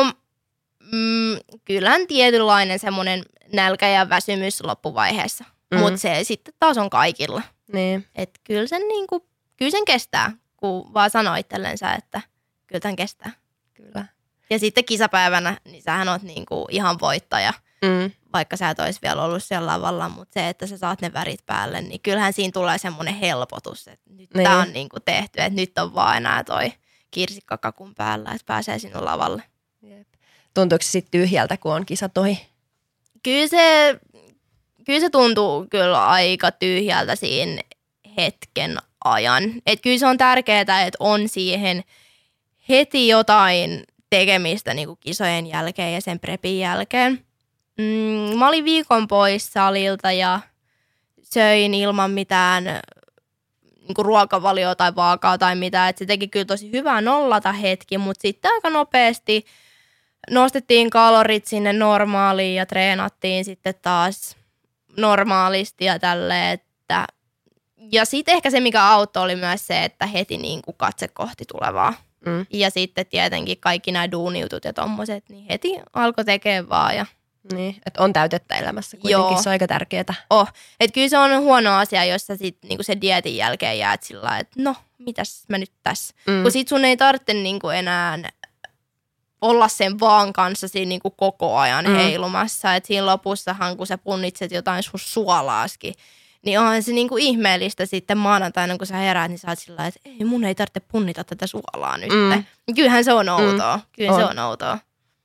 mm, kyllähän tietynlainen semmoinen nälkä ja väsymys loppuvaiheessa, mm. mutta se sitten taas on kaikilla. Niin. Että kyllä sen, niinku, kyllä sen kestää, kun vaan sanoo itsellensä, että kyllä tämän kestää. Kyllä. Ja sitten kisapäivänä, niin sähän oot niinku ihan voittaja, mm. vaikka sä et olisi vielä ollut siellä lavalla, mutta se, että sä saat ne värit päälle, niin kyllähän siinä tulee semmoinen helpotus, että nyt niin. Tää on niinku tehty, että nyt on vaan enää toi kirsikkakakun päällä, että pääsee sinun lavalle. Jep. Tuntuuko se sitten tyhjältä, kun on kisat ohi? Kyllä se, kyllä se tuntuu kyllä aika tyhjältä siinä hetken ajan. Et kyllä se on tärkeää, että on siihen heti jotain tekemistä niin kuin kisojen jälkeen ja sen prepin jälkeen. Mm, mä olin viikon pois salilta ja söin ilman mitään niin kuin ruokavalioa tai vaakaa tai mitään. Et se teki kyllä tosi hyvää nollata hetki, mutta sitten aika nopeasti nostettiin kalorit sinne normaaliin ja treenattiin sitten taas normaalisti ja tälleen, että ja sitten ehkä se, mikä auttoi, oli myös se, että heti niin kuin katse kohti tulevaa. Mm. Ja sitten tietenkin kaikki nämä duuniutut ja tommoset, niin heti alkoi tekemään vaan. Ja niin, että on täytettä elämässä kuitenkin, joo. Se on aika tärkeää. Oh, että kyllä se on huono asia, jos sä sit niinku se dieetin jälkeen jäät sillä lailla, että no, mitäs mä nyt tässä. Mm. Kun sit sun ei tarvitse niinku enää olla sen vaan kanssa siinä niinku koko ajan mm. heilumassa. Että siinä lopussahan, kun sä punnitset jotain sun suolaaskin, niin onhan se niinku ihmeellistä sitten maanantaina, kun sä heräät, niin sä oot sillä lailla, että ei, mun ei tarvitse punnita tätä suolaa nyt. Mm. Kyllähän se on outoa. Mm. Kyllä on. Se on outoa.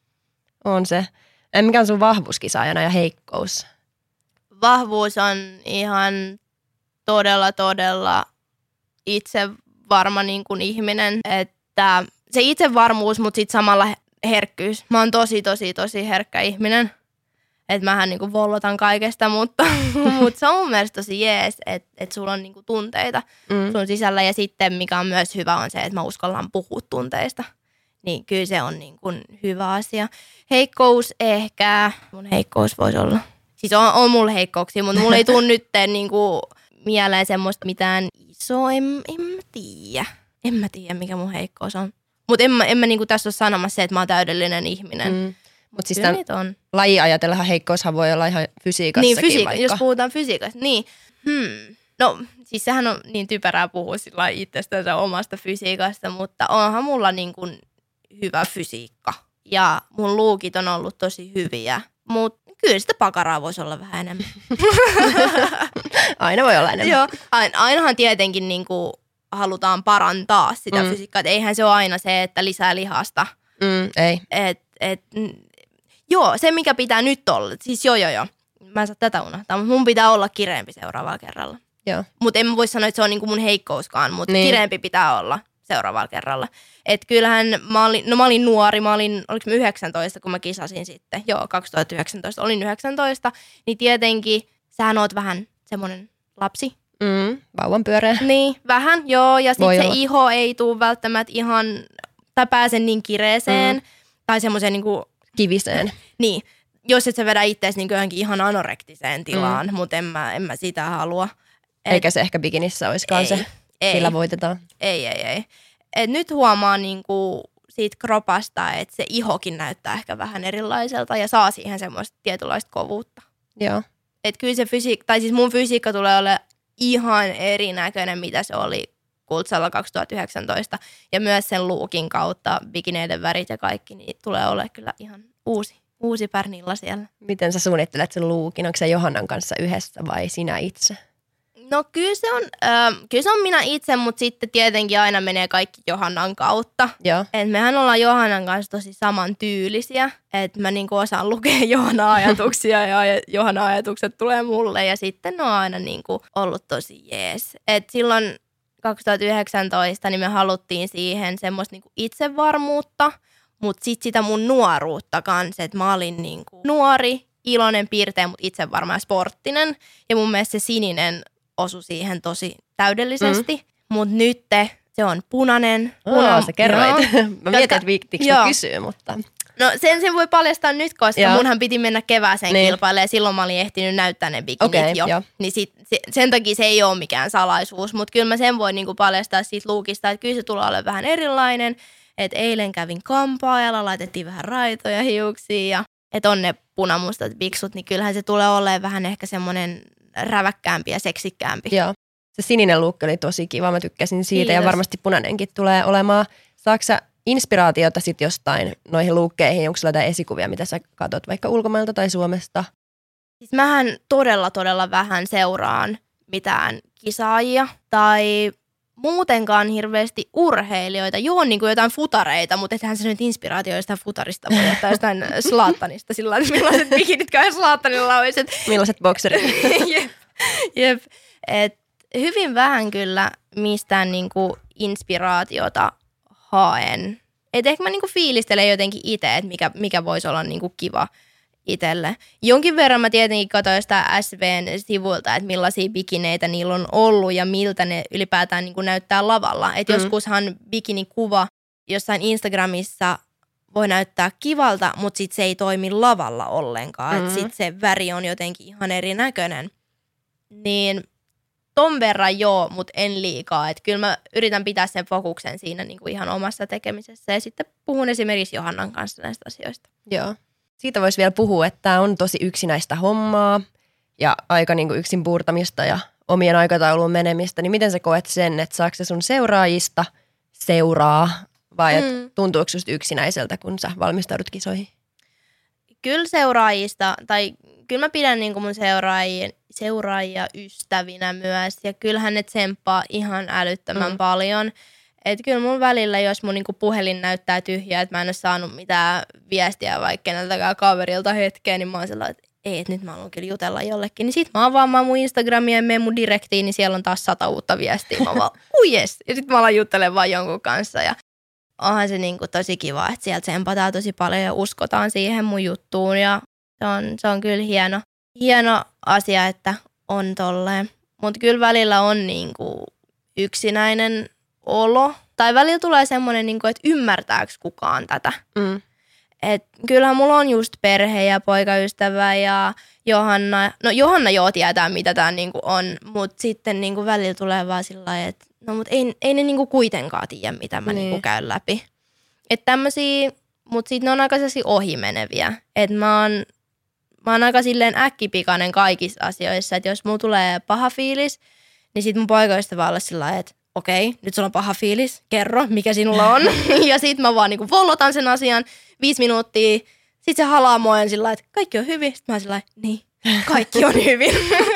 On se. Mikä on sun vahvuuskisaajana ja heikkous? Vahvuus on ihan todella, todella itsevarma niin kuin ihminen. Että se itsevarmuus, mutta sitten samalla herkkyys. Mä oon tosi, tosi, tosi herkkä ihminen. Että mähän niin kuin vollotan kaikesta, mutta, mutta se on mun mielestä tosi jees, että, että sulla on niin kuin tunteita mm. sun sisällä. Ja sitten mikä on myös hyvä on se, että mä uskallan puhua tunteista. Niin kyllä se on niin kuin hyvä asia. Heikkous ehkä, mun heikkous voisi olla. Siis on, on mulla heikkouksia, mutta mulla ei tule nyt niin kuin mieleen semmoista mitään isoa, en, en mä tiedä. En mä tiedä, mikä mun heikkous on. Mutta en mä, en mä niin kuin tässä ole sanomassa se, että mä oon täydellinen ihminen. Mm. Mutta siis tämän laji ajatellahan heikkoushan voi olla ihan fysiikassakin niin, fysiik- vaikka. Jos puhutaan fysiikasta, niin hmm. No siis sehän on niin typerää puhua sillä itsestänsä omasta fysiikasta, mutta onhan mulla niin kuin hyvä fysiikka. Ja mun luukit on ollut tosi hyviä, mutta kyllä sitä pakaraa voisi olla vähän enemmän. Aina voi olla enemmän. Joo, ainahan tietenkin niin kuin halutaan parantaa sitä mm. fysiikkaa. Et eihän se ole aina se, että lisää lihasta. Mm, ei. Et, et, joo, se mikä pitää nyt olla. Siis joo, joo, joo. Mä en saa tätä unohtaa, mutta mun pitää olla kireempi seuraavalla kerralla. Joo. Mutta en mä voi sanoa, että se on niinku mun heikkouskaan, mutta niin. Kireempi pitää olla seuraavalla kerralla. Et kyllähän mä olin, no mä olin nuori, mä olin, oliko mä yhdeksäntoista, kun mä kisasin sitten. Joo, kaksituhattayhdeksäntoista olin yhdeksäntoista. Niin tietenkin sähän oot vähän semmoinen lapsi. Mm, vauvan pyöreä. Niin, vähän, joo. Ja sitten se olla. Iho ei tule välttämättä ihan, tai pääse niin kireeseen. Mm. Tai semmoiseen niinku kiviseen. Niin, jos et sä vedä itseäsi niin johonkin ihan anorektiseen tilaan, mm. mutta en mä, en mä sitä halua. Et, eikä se ehkä bikinissä olisikaan ei, se, ei, millä voitetaan. Ei, ei, ei. Et nyt huomaa niinku siitä kropasta, että se ihokin näyttää ehkä vähän erilaiselta ja saa siihen semmoista tietynlaista kovuutta. Joo. Et kyllä se fysiikka, tai siis mun fysiikka tulee olemaan ihan erinäköinen, mitä se oli Kultsalla kaksituhattayhdeksäntoista. Ja myös sen luukin kautta, bikineiden värit ja kaikki, niin tulee olemaan kyllä ihan uusi, uusi Pärnilla siellä. Miten sä suunnittelet sen luukin? Onko se Johannan kanssa yhdessä vai sinä itse? No kyllä se on, äh, kyllä se on minä itse, mutta sitten tietenkin aina menee kaikki Johannan kautta. Joo. Et mehän ollaan Johannan kanssa tosi samantyylisiä, että mä niinku osaan lukea Johannan ajatuksia ja Johannan ajatukset tulee mulle ja sitten ne on aina niinku ollut tosi jees. Et silloin kaksituhattayhdeksäntoista niin me haluttiin siihen semmoista niinku itsevarmuutta, mutta sitten sitä mun nuoruutta kanssa, että mä olin niinku nuori, iloinen, piirtein, mutta itsevarma ja sporttinen ja mun mielestä se sininen osui siihen tosi täydellisesti, mm. mutta nyt se on punainen. Puna, oh, sä kerroit. Joo. Mä mietin, että viiktiinkö mä kysyä, mutta... No sen, sen voi paljastaa nyt, koska joo. munhan piti mennä kevääseen niin. kilpailemaan ja silloin mä olin ehtinyt näyttää ne bikinit okay, jo. jo. Niin sit, se, sen takia se ei ole mikään salaisuus, mutta kyllä mä sen voin niinku paljastaa siitä luukista, että kyllä se tulee olemaan vähän erilainen. Että eilen kävin kampaajalla, laitettiin vähän raitoja hiuksiin ja että on ne punamustat biksut, niin kyllähän se tulee olemaan vähän ehkä semmoinen räväkkäämpi ja seksikkäämpi. Joo. Se sininen luukki oli tosi kiva, mä tykkäsin siitä Kiitos. Ja varmasti punainenkin tulee olemaan. Saatko sä inspiraatiota sitten jostain noihin luukkeihin, onko sulla jotain esikuvia, mitä sä katsot vaikka ulkomailta tai Suomesta? Siis mähän todella todella vähän seuraan mitään kisaajia tai muutenkaan hirveästi urheilijoita. Joo, niin kuin jotain futareita, mutta ethän se nyt inspiraatioista futarista voi ottaa jostain Zlatanista sillä tavalla, millaiset bikinitkään Zlatanilla olisi. Millaiset bokserit. jep, jep. Et hyvin vähän kyllä mistään niinku inspiraatiota haen. Et ehkä mä niinku fiilistelen jotenkin itse, että mikä, mikä voisi olla niinku kiva itselle. Jonkin verran mä tietenkin katsoin sitä S V:n sivuilta, että millaisia bikineitä niillä on ollut ja miltä ne ylipäätään niinku näyttää lavalla. Et mm. joskushan bikinikuva jossain Instagramissa voi näyttää kivalta, mutta sit se ei toimi lavalla ollenkaan. Mm. Et sit se väri on jotenkin ihan erinäköinen. Niin ton verran joo, mutta en liikaa. Että kyllä mä yritän pitää sen fokuksen siinä niinku ihan omassa tekemisessä. Ja sitten puhun esimerkiksi Johannan kanssa näistä asioista. Joo. Siitä voisi vielä puhua, että tämä on tosi yksinäistä hommaa ja aika niinku yksin puurtamista ja omien aikatauluun menemistä. Niin miten sä koet sen, että saako se sun seuraajista seuraa vai mm. tuntuuko just yksinäiseltä, kun sä valmistaudut kisoihin? Kyllä seuraajista, tai kyllä mä pidän niinku mun seuraajia, seuraajia ystävinä myös. Ja kyllähän ne tsemppaa ihan älyttömän mm. paljon. Että kyllä mun välillä, jos mun niinku puhelin näyttää tyhjää, että mä en ole saanut mitään viestiä vaikka keneltäkään kaverilta hetkeen, niin mä oon sellainen, että ei, että nyt mä haluan kyllä jutella jollekin. Niin sit mä avaan mä mun Instagramia ja menen mun direktiin, niin siellä on taas sata uutta viestiä. Mä vaan, ui jes. Ja sit mä alan juttelemaan vaan jonkun kanssa ja onhan se niinku tosi kiva, että sieltä tsempataan tosi paljon ja uskotaan siihen mun juttuun ja se on, se on kyllä hieno, hieno asia, että on tolleen. Mutta kyllä välillä on niinku yksinäinen olo. Tai välillä tulee semmoinen, niinku, että ymmärtääkö kukaan tätä. Mm. Et kyllähän mulla on just perhe ja poikaystävä ja Johanna. No Johanna joo tietää, mitä tää niinku on, mutta sitten niinku välillä tulee vaan sillä lailla, että no mut ei, ei ne niinku kuitenkaan tiedä, mitä mä niin. niinku käyn läpi. Että tämmösiä, mut sit ne on aika sellaisia ohimeneviä. Että mä oon, mä oon aika silleen äkkipikainen kaikissa asioissa. Että jos mulla tulee paha fiilis, niin sit mun poikaystävä olla sillä lailla, että okei, nyt sulla on paha fiilis, kerro, mikä sinulla on. Ja sit mä vaan niinku vollotan sen asian viisi minuuttia. Sit se halaa mua ja sillä että kaikki on hyvin. Sit mä oon sillä niin, kaikki on hyvin.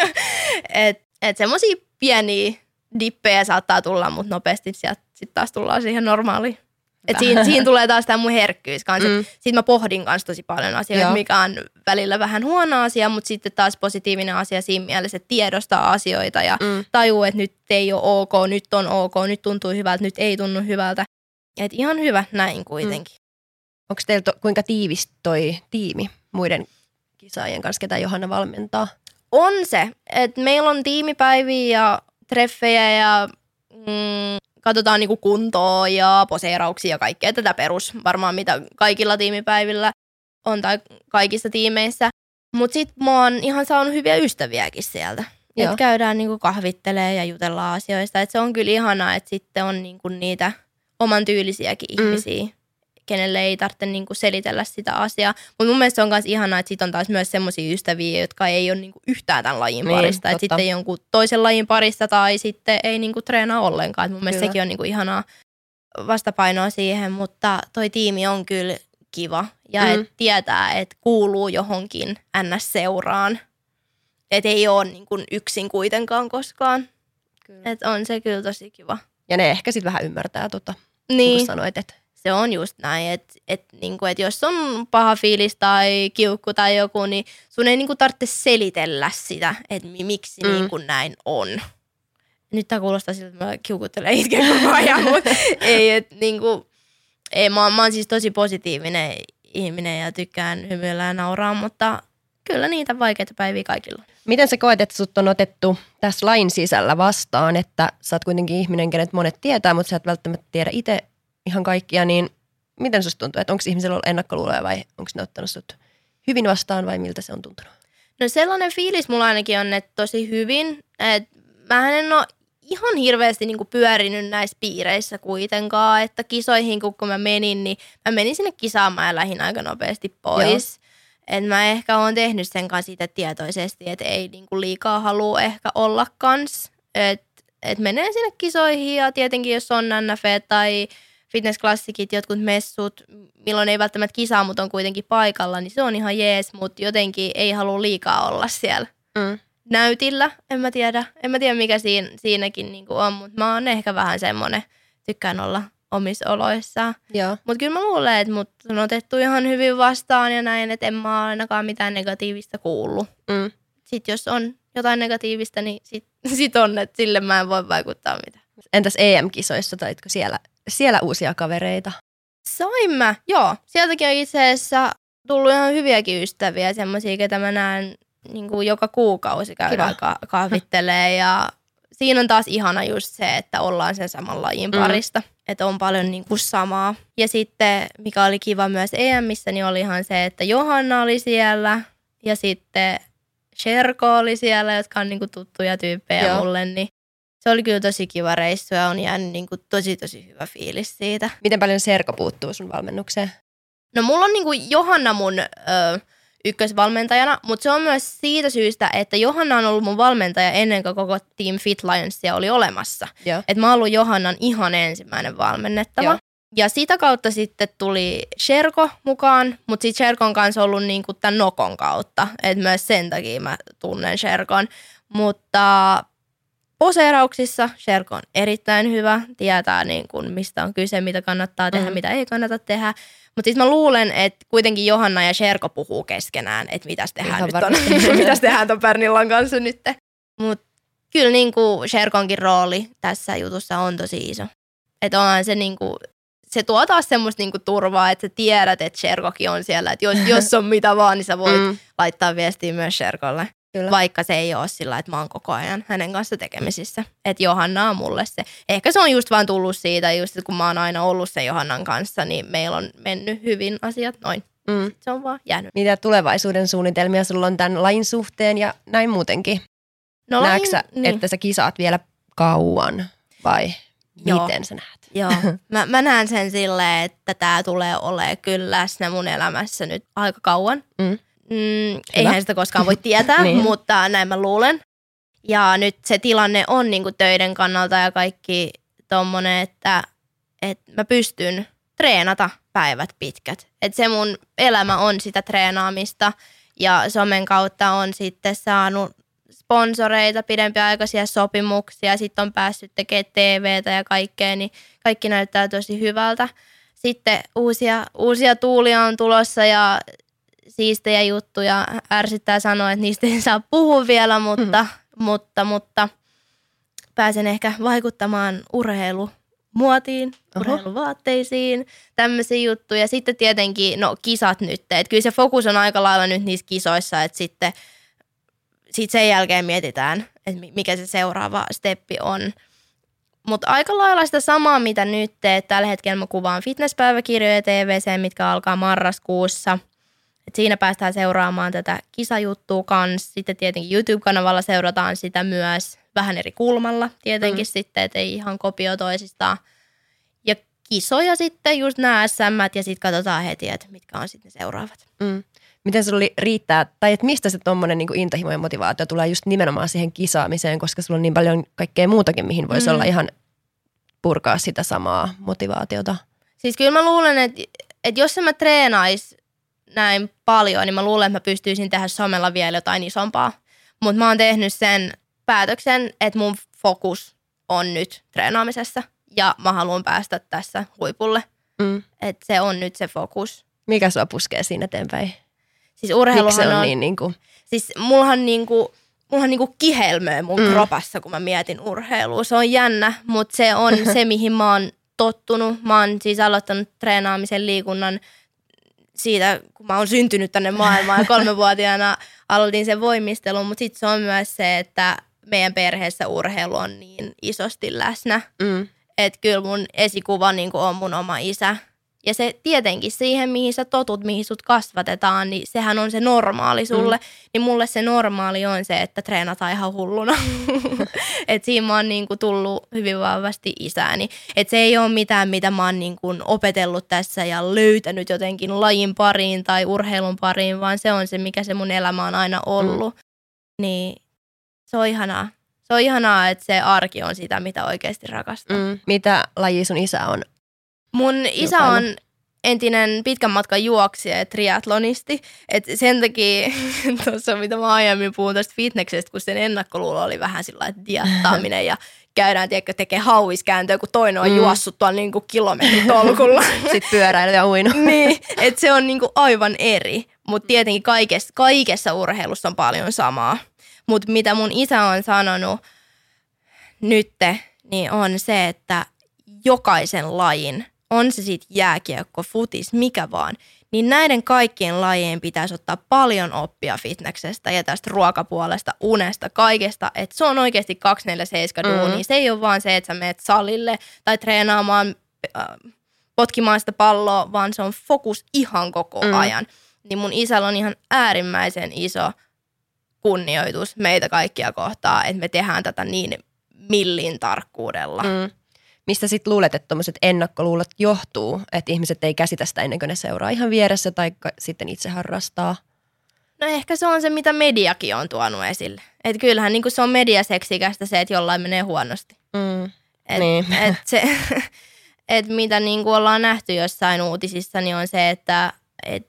Että et semmosia pieniä dippejä saattaa tulla, mutta nopeasti sieltä sit taas tullaan siihen normaaliin. Että siinä, siinä tulee taas tämä mun herkkyys kanssa. Mm. Sitten mä pohdin kanssa tosi paljon asioita, Joo. mikä on välillä vähän huono asia, mutta sitten taas positiivinen asia siinä mielessä, että tiedostaa asioita ja mm. tajuu, että nyt ei ole ok, nyt on ok, nyt tuntuu hyvältä, nyt ei tunnu hyvältä. Että ihan hyvä näin kuitenkin. Mm. Onko teillä to, kuinka tiivis toi tiimi muiden kisaajien kanssa, ketä Johanna valmentaa? On se, että meillä on tiimipäiviä ja treffejä ja mm, katsotaan niinku kuntoa ja poseerauksia ja kaikkea tätä perus varmaan mitä kaikilla tiimipäivillä on tai kaikissa tiimeissä. Mutta sitten mä oon ihan saanut hyviä ystäviäkin sieltä. Että käydään niinku kahvittelee ja jutellaan asioista. Et se on kyllä ihanaa, että sitten on niinku niitä oman tyylisiäkin mm. ihmisiä, kenelle ei tarvitse niinku selitellä sitä asiaa. Mutta mun mielestä se on myös ihanaa, että sitten on taas myös semmoisia ystäviä, jotka ei ole niinku yhtään tämän lajin niin, parista. Että sitten jonkun toisen lajin parista tai sitten ei niinku treenaa ollenkaan. Et mun mielestä kyllä. sekin on niinku ihanaa vastapainoa siihen, mutta toi tiimi on kyllä kiva. Ja mm. et tietää, että kuuluu johonkin N S-seuraan. et ei ole niin kuin yksin kuitenkaan koskaan. Että on se kyllä tosi kiva. Ja ne ehkä sitten vähän ymmärtää, tota, niin. niin kuin sanoit, että se on just näin, että et, niinku, et jos on paha fiilis tai kiukku tai joku, niin sun ei niinku tarvitse selitellä sitä, että miksi mm. niinku näin on. Nyt tää kuulostaa siltä, että mä kiukuttelen itken koko ajan, mutta ei, että niinku, ei, mä, mä oon siis tosi positiivinen ihminen ja tykkään hymyillä ja nauraa, mutta kyllä niitä vaikeita päiviä kaikilla. Miten sä koet, että sut on otettu tässä lain sisällä vastaan, että sä oot kuitenkin ihminen, kenet monet tietää, mutta sä et välttämättä tiedä itse ihan kaikkia, niin miten susta tuntuu, että onko ihmisellä ollut ennakkoluuloja vai onko ne ottanut sut hyvin vastaan vai miltä se on tuntunut? No sellainen fiilis mulla ainakin on, että tosi hyvin, että mähän en ole ihan hirveästi niinku pyörinyt näissä piireissä kuitenkaan, että kisoihin kun mä menin, niin mä menin sinne kisaamaan ja lähdin aika nopeasti pois. Että mä ehkä oon tehnyt sen kanssa siitä tietoisesti, että ei niinku liikaa halua ehkä olla kans. Että et menee sinne kisoihin ja tietenkin jos on N F tai fitnessklassikit, jotkut messut, milloin ei välttämättä kisaa, mutta on kuitenkin paikalla, niin se on ihan jees, mutta jotenkin ei halua liikaa olla siellä mm. näytillä. En mä tiedä, en mä tiedä mikä siinä, siinäkin niinku on, mutta mä oon ehkä vähän semmoinen, tykkään olla omissa oloissaan. Mutta kyllä mä luulen, että mut on otettu ihan hyvin vastaan ja näin, että en mä ole ainakaan mitään negatiivista kuullut. Mm. Sitten jos on jotain negatiivista, niin sit, sit on, että sille mä en voi vaikuttaa mitään. Entäs E M-kisoissa, taitko siellä, siellä uusia kavereita? Sain mä, joo. Sieltäkin on itse asiassa tullut ihan hyviäkin ystäviä, semmoisia, ketä mä näen niin kuin joka kuukausi käydään ka- kahvittelee ja siinä on taas ihana just se, että ollaan sen saman lajin parista, mm. että on paljon niin kuin samaa. Ja sitten, mikä oli kiva myös E M:ssä, niin oli ihan se, että Johanna oli siellä ja sitten Sherko oli siellä, jotka on niin kuin tuttuja tyyppejä Joo. mulle, niin se oli kyllä tosi kiva reissu ja on jäänyt niin kuin tosi tosi hyvä fiilis siitä. Miten paljon Sherko puuttuu sun valmennukseen? No mulla on niin kuin Johanna mun ö, ykkösvalmentajana, mutta se on myös siitä syystä, että Johanna on ollut mun valmentaja ennen kuin koko Team Fit Lionsia oli olemassa. Että mä oon ollut Johannan ihan ensimmäinen valmennettava. Joo. Ja sitä kautta sitten tuli Sherko mukaan, mutta sitten Sherkon kanssa ollut niinku tämän Nokon kautta. Että myös sen takia mä tunnen Sherkon. Mutta poseerauksissa Sherko on erittäin hyvä. Tietää niin kuin mistä on kyse, mitä kannattaa tehdä, mm. mitä ei kannata tehdä. Mutta sitten mä luulen, että kuitenkin Johanna ja Sherko puhuu keskenään, että mitäs tehdään ihan nyt on. mitäs tehdään ton Pernillan kanssa nyt. Mutta kyllä niinku Sherkonkin rooli tässä jutussa on tosi iso. Että onhan se niinku... Se tuo taas semmoista niinku turvaa, että sä tiedät, että Sherkokin on siellä. Että jos, jos on mitä vaan, niin sä voit mm. laittaa viestiä myös Sherkolle. Kyllä. Vaikka se ei ole sillä, että mä oon koko ajan hänen kanssa tekemisissä. Että Johanna on mulle se. Ehkä se on just vaan tullut siitä, just kun mä oon aina ollut sen Johannan kanssa, niin meillä on mennyt hyvin asiat noin. Mm. Se on vaan jäänyt. Mitä tulevaisuuden suunnitelmia sulla on tämän lajin suhteen ja näin muutenkin? No, Näetkö sä, niin. että sä kisaat vielä kauan vai Joo. miten sä näet? Joo, mä, mä näen sen silleen, että tää tulee olemaan kyllä läsnä mun elämässä nyt aika kauan. Mm. Mm, eihän sitä koskaan voi tietää, niin. mutta näin mä luulen. Ja nyt se tilanne on niinku töiden kannalta ja kaikki tommonen, että, että mä pystyn treenata päivät pitkät. Että se mun elämä on sitä treenaamista ja somen kautta on sitten saanut sponsoreita, pidempiaikaisia sopimuksia, sitten on päässyt tekemään T V:tä ja kaikkea, niin kaikki näyttää tosi hyvältä. Sitten uusia, uusia tuulia on tulossa ja siistejä juttuja. Ärsyttää sanoa, että niistä ei saa puhua vielä, mutta, mm-hmm. mutta, mutta pääsen ehkä vaikuttamaan urheilumuotiin, Oho. urheiluvaatteisiin, tämmöisiä juttuja. Sitten tietenkin, no kisat nyt. Et kyllä se fokus on aika lailla nyt niissä kisoissa, että sitten sit sen jälkeen mietitään, että mikä se seuraava steppi on. Mutta aika lailla sitä samaa, mitä nyt teet. Tällä hetkellä mä kuvaan fitnesspäiväkirjoja T V:seen, mitkä alkaa marraskuussa. Et siinä päästään seuraamaan tätä kisajuttua kanssa. Sitten tietenkin YouTube-kanavalla seurataan sitä myös vähän eri kulmalla tietenkin mm. sitten, että ei ihan kopio toisistaan. Ja kisoja sitten, just nämä S M:t ja sitten katsotaan heti, että mitkä on sitten ne seuraavat. Mm. Miten sulla oli riittää, tai että mistä se tommonen niin kuin intohimo ja motivaatio tulee just nimenomaan siihen kisaamiseen, koska sulla on niin paljon kaikkea muutakin, mihin voisi mm. olla ihan purkaa sitä samaa motivaatiota? Siis kyllä mä luulen, että, että jos mä treenais näin paljon, niin mä luulen, että mä pystyisin tehdä somella vielä jotain isompaa. Mutta mä oon tehnyt sen päätöksen, että mun fokus on nyt treenaamisessa ja mä haluan päästä tässä huipulle. Mm. Että se on nyt se fokus. Mikä sua puskee siinä eteenpäin? Siis urheiluhan Miksi se on, on niin niinku... Siis mullahan niinku, mullahan niinku kihelmöi mun mm. kropassa, kun mä mietin urheilua. Se on jännä, mutta se on se, mihin mä oon tottunut. Mä oon siis aloittanut treenaamisen liikunnan siitä, kun mä oon syntynyt tänne maailmaan ja kolmevuotiaana aloitin sen voimistelun, mutta sitten se on myös se, että meidän perheessä urheilu on niin isosti läsnä, mm. että kyllä mun esikuva niin on mun oma isä. Ja se tietenkin siihen, mihin sä totut, mihin sut kasvatetaan, niin sehän on se normaali sulle. Mm. Niin mulle se normaali on se, että treenataan ihan hulluna. Että siinä mä oon niinku tullut hyvin vahvasti isääni. Että se ei ole mitään, mitä mä oon niinku opetellut tässä ja löytänyt jotenkin lajin pariin tai urheilun pariin, vaan se on se, mikä se mun elämä on aina ollut. Mm. Niin se on ihanaa. Se on ihanaa, että se arki on sitä, mitä oikeasti rakastaa. Mm. Mitä laji sun isä on? Mun isä on entinen pitkän matkan juoksija ja triatlonisti. Et sen takia tuossa, mitä mä aiemmin puhun tuosta fitneksestä, kun sen ennakkoluulo oli vähän sillä että diettaaminen ja käydään tiedätkö, tekee hauiskääntöä, kun toinen on mm. juossut tuolla niinku kilometritolkulla. Sitten pyöräily ja uinu. Niin, että se on niinku aivan eri. Mutta tietenkin kaikessa, kaikessa urheilussa on paljon samaa. Mutta mitä mun isä on sanonut nytte, niin on se, että jokaisen lajin, on se sitten jääkiekko, futis, mikä vaan, niin näiden kaikkien lajien pitäisi ottaa paljon oppia fitneksestä ja tästä ruokapuolesta, unesta, kaikesta. Että se on oikeasti kaksikymmentäneljä seitsemän duunia. Se ei ole vaan se, että sä menet salille tai treenaamaan, äh, potkimaan sitä palloa, vaan se on fokus ihan koko mm. ajan. Niin mun isällä on ihan äärimmäisen iso kunnioitus meitä kaikkia kohtaa, että me tehdään tätä niin millin tarkkuudella. Mm. Mistä sitten luulet, että tuommoiset ennakkoluulot johtuu, että ihmiset ei käsitä sitä ennen kuin ne seuraa ihan vieressä tai sitten itse harrastaa? No ehkä se on se, mitä mediakin on tuonut esille. Että kyllähän niin se on mediaseksikästä se, että jollain menee huonosti. Mm. Et, niin. et se, et mitä niin ollaan nähty jossain uutisissa, niin on se, että et,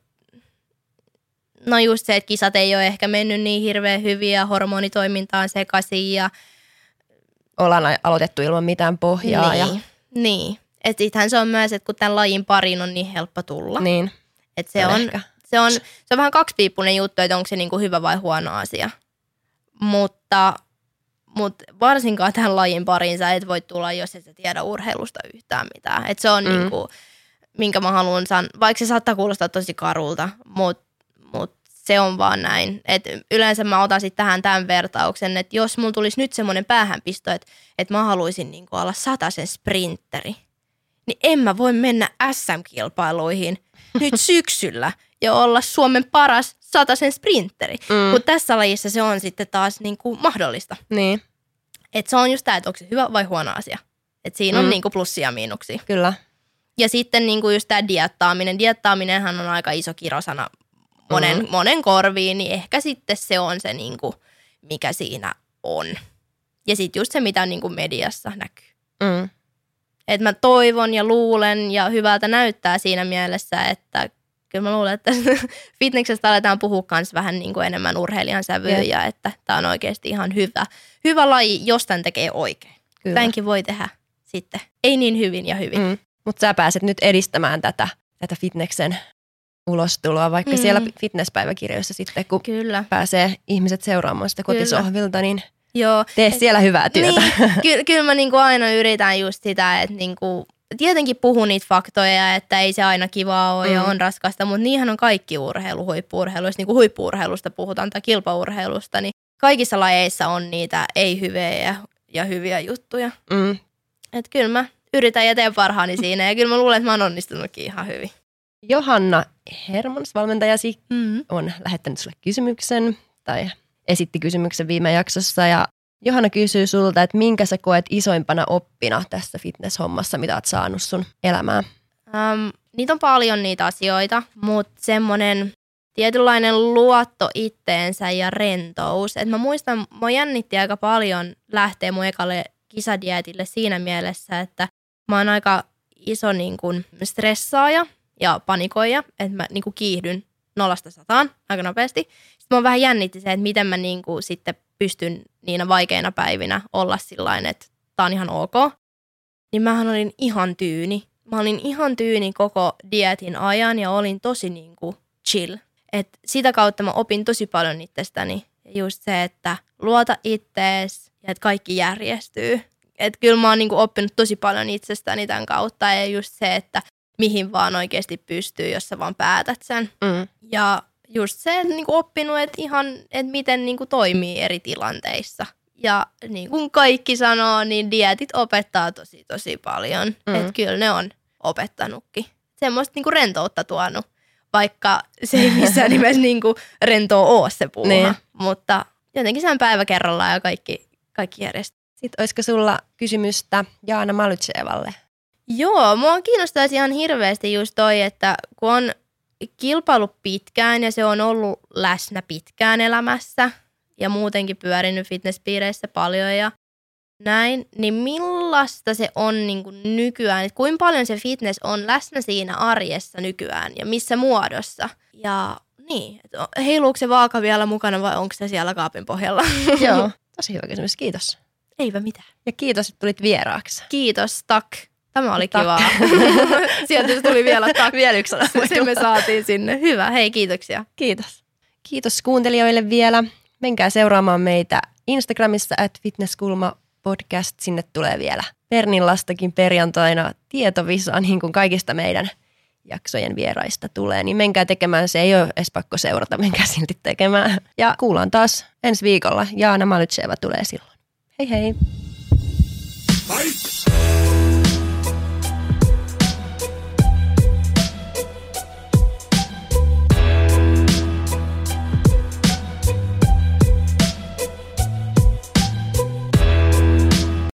no just se, että kisat ei ole ehkä mennyt niin hirveän hyvin ja hormonitoiminta on sekaisin ja ollaan aloitettu ilman mitään pohjaa. Niin, ja... niin. Että sittenhän se on myös, että kun tämän lajin pariin on niin helppo tulla. Niin. Että se, on, se, on, se on vähän kaksipiippunen juttu, että onko se niinku hyvä vai huono asia. Mutta, mutta varsinkaan tähän lajin pariin sä et voi tulla, jos et sä tiedä urheilusta yhtään mitään. Että se on mm. niinku, minkä mä haluan sanoa, vaikka se saattaa kuulostaa tosi karulta, mutta mut se on vaan näin. Et yleensä mä otan sitten tähän tämän vertauksen, että jos mulla tulisi nyt semmoinen päähänpisto, että, että mä haluaisin niinku olla satasen sprinteri, niin en mä voi mennä äs äm-kilpailuihin nyt syksyllä ja olla Suomen paras satasen sprinteri. Mm. Mutta tässä lajissa se on sitten taas niinku mahdollista. Niin. Että se on just tämä, että onko se hyvä vai huono asia. Että siinä on mm. niinku plussia ja miinuksia. Kyllä. Ja sitten niinku just tämä diettaaminen. Diettaaminenhan on aika iso kirosana monen, mm. monen korviin, niin ehkä sitten se on se, niinku, mikä siinä on. Ja sitten just se, mitä niinku mediassa näkyy. Mm. Että mä toivon ja luulen ja hyvältä näyttää siinä mielessä, että kyllä mä luulen, että fitneksestä aletaan puhua myös vähän niin kuin enemmän urheilijan sävyä ja että tämä on oikeasti ihan hyvä, hyvä laji, jos tämän tekee oikein. Kyllä. Tämänkin voi tehdä sitten ei niin hyvin ja hyvin. Mm. Mutta sä pääset nyt edistämään tätä, tätä fitneksen ulostuloa, vaikka mm. siellä fitnesspäiväkirjoissa sitten, kun Kyllä. pääsee ihmiset seuraamaan sitä kotisohvilta, niin Joo. tee siellä hyvää työtä. Niin, ky- kyllä mä niinku aina yritän just sitä, että niinku, tietenkin puhun niitä faktoja, että ei se aina kivaa ole mm. ja on raskasta, mutta niinhän on kaikki urheilu, huippu-urheilu. Jos niinku huippu-urheilusta puhutaan tai kilpaurheilusta, niin kaikissa lajeissa on niitä ei-hyviä ja, ja hyviä juttuja. Mm. Että kyllä mä yritän ja teen parhaani siinä ja kyllä mä luulen, että mä oon onnistunutkin ihan hyvin. Johanna Hermans, valmentajasi, mm. on lähettänyt sulle kysymyksen tai esitti kysymyksen viime jaksossa ja Johanna kysyy sulta, että minkä sä koet isoimpana oppina tässä fitness-hommassa, mitä oot saanut sun elämään? Um, niitä on paljon niitä asioita, mutta semmoinen tietynlainen luotto itteensä ja rentous. Et mä muistan, mä jännitti aika paljon lähteä mun ekalle kisadietille siinä mielessä, että mä oon aika iso niin kun, stressaaja ja panikoija, että mä niin kun, kiihdyn nollasta sataan aika nopeasti. Sitten mä vähän jännitti se, että miten mä niin kuin sitten pystyn niinä vaikeina päivinä olla sillain, että tää on ihan ok. Niin mähän olin ihan tyyni. Mä olin ihan tyyni koko dieetin ajan ja olin tosi niin kuin chill. Et sitä kautta mä opin tosi paljon itsestäni. Ja just se, että luota ittees ja että kaikki järjestyy. Että kyllä mä oon niin kuin oppinut tosi paljon itsestäni tämän kautta. Ja just se, että mihin vaan oikeasti pystyy, jos sä vaan päätät sen. Mm. Ja just se, että niin kuin oppinut, että ihan, että miten niin kuin toimii eri tilanteissa. Ja niin kuin kaikki sanoo, niin dieetit opettaa tosi tosi paljon. Mm. Että kyllä ne on opettanutkin. Semmoista niin kuin rentoutta tuonut, vaikka se ei missään nimessä niin kuin rentoa ole se puuha. Niin. Mutta jotenkin sen päivä kerrallaan ja kaikki, kaikki järjestyy. Sitten olisiko sulla kysymystä Jaana Malytsevalle? Joo, mua kiinnostaisi ihan hirveästi just toi, että kun on kilpailu pitkään ja se on ollut läsnä pitkään elämässä ja muutenkin pyörinyt fitnesspiireissä paljon ja näin, niin millaista se on niin kuin nykyään, että kuinka paljon se fitness on läsnä siinä arjessa nykyään ja missä muodossa. Ja niin, että heiluuko se vaaka vielä mukana vai onko se siellä kaapin pohjalla? Joo, tosi hyvä kysymys, kiitos. Eipä mitään. Ja kiitos, että tulit vieraaksi. Kiitos, tak. Tämä oli tak. Kivaa. Sieltä tuli vielä tak. Vielä yksi sana. Se me saatiin sinne. Hyvä, hei kiitoksia. Kiitos. Kiitos kuuntelijoille vielä. Menkää seuraamaan meitä Instagramissa at fitnesskulma podcast. Sinne tulee vielä Pernillastakin perjantaina tietovisa, niin kuin kaikista meidän jaksojen vieraista tulee. Niin menkää tekemään, se ei ole edes pakko seurata, menkää silti tekemään. Ja kuullaan taas ensi viikolla. Jaana Malytseva tulee silloin. Hei hei!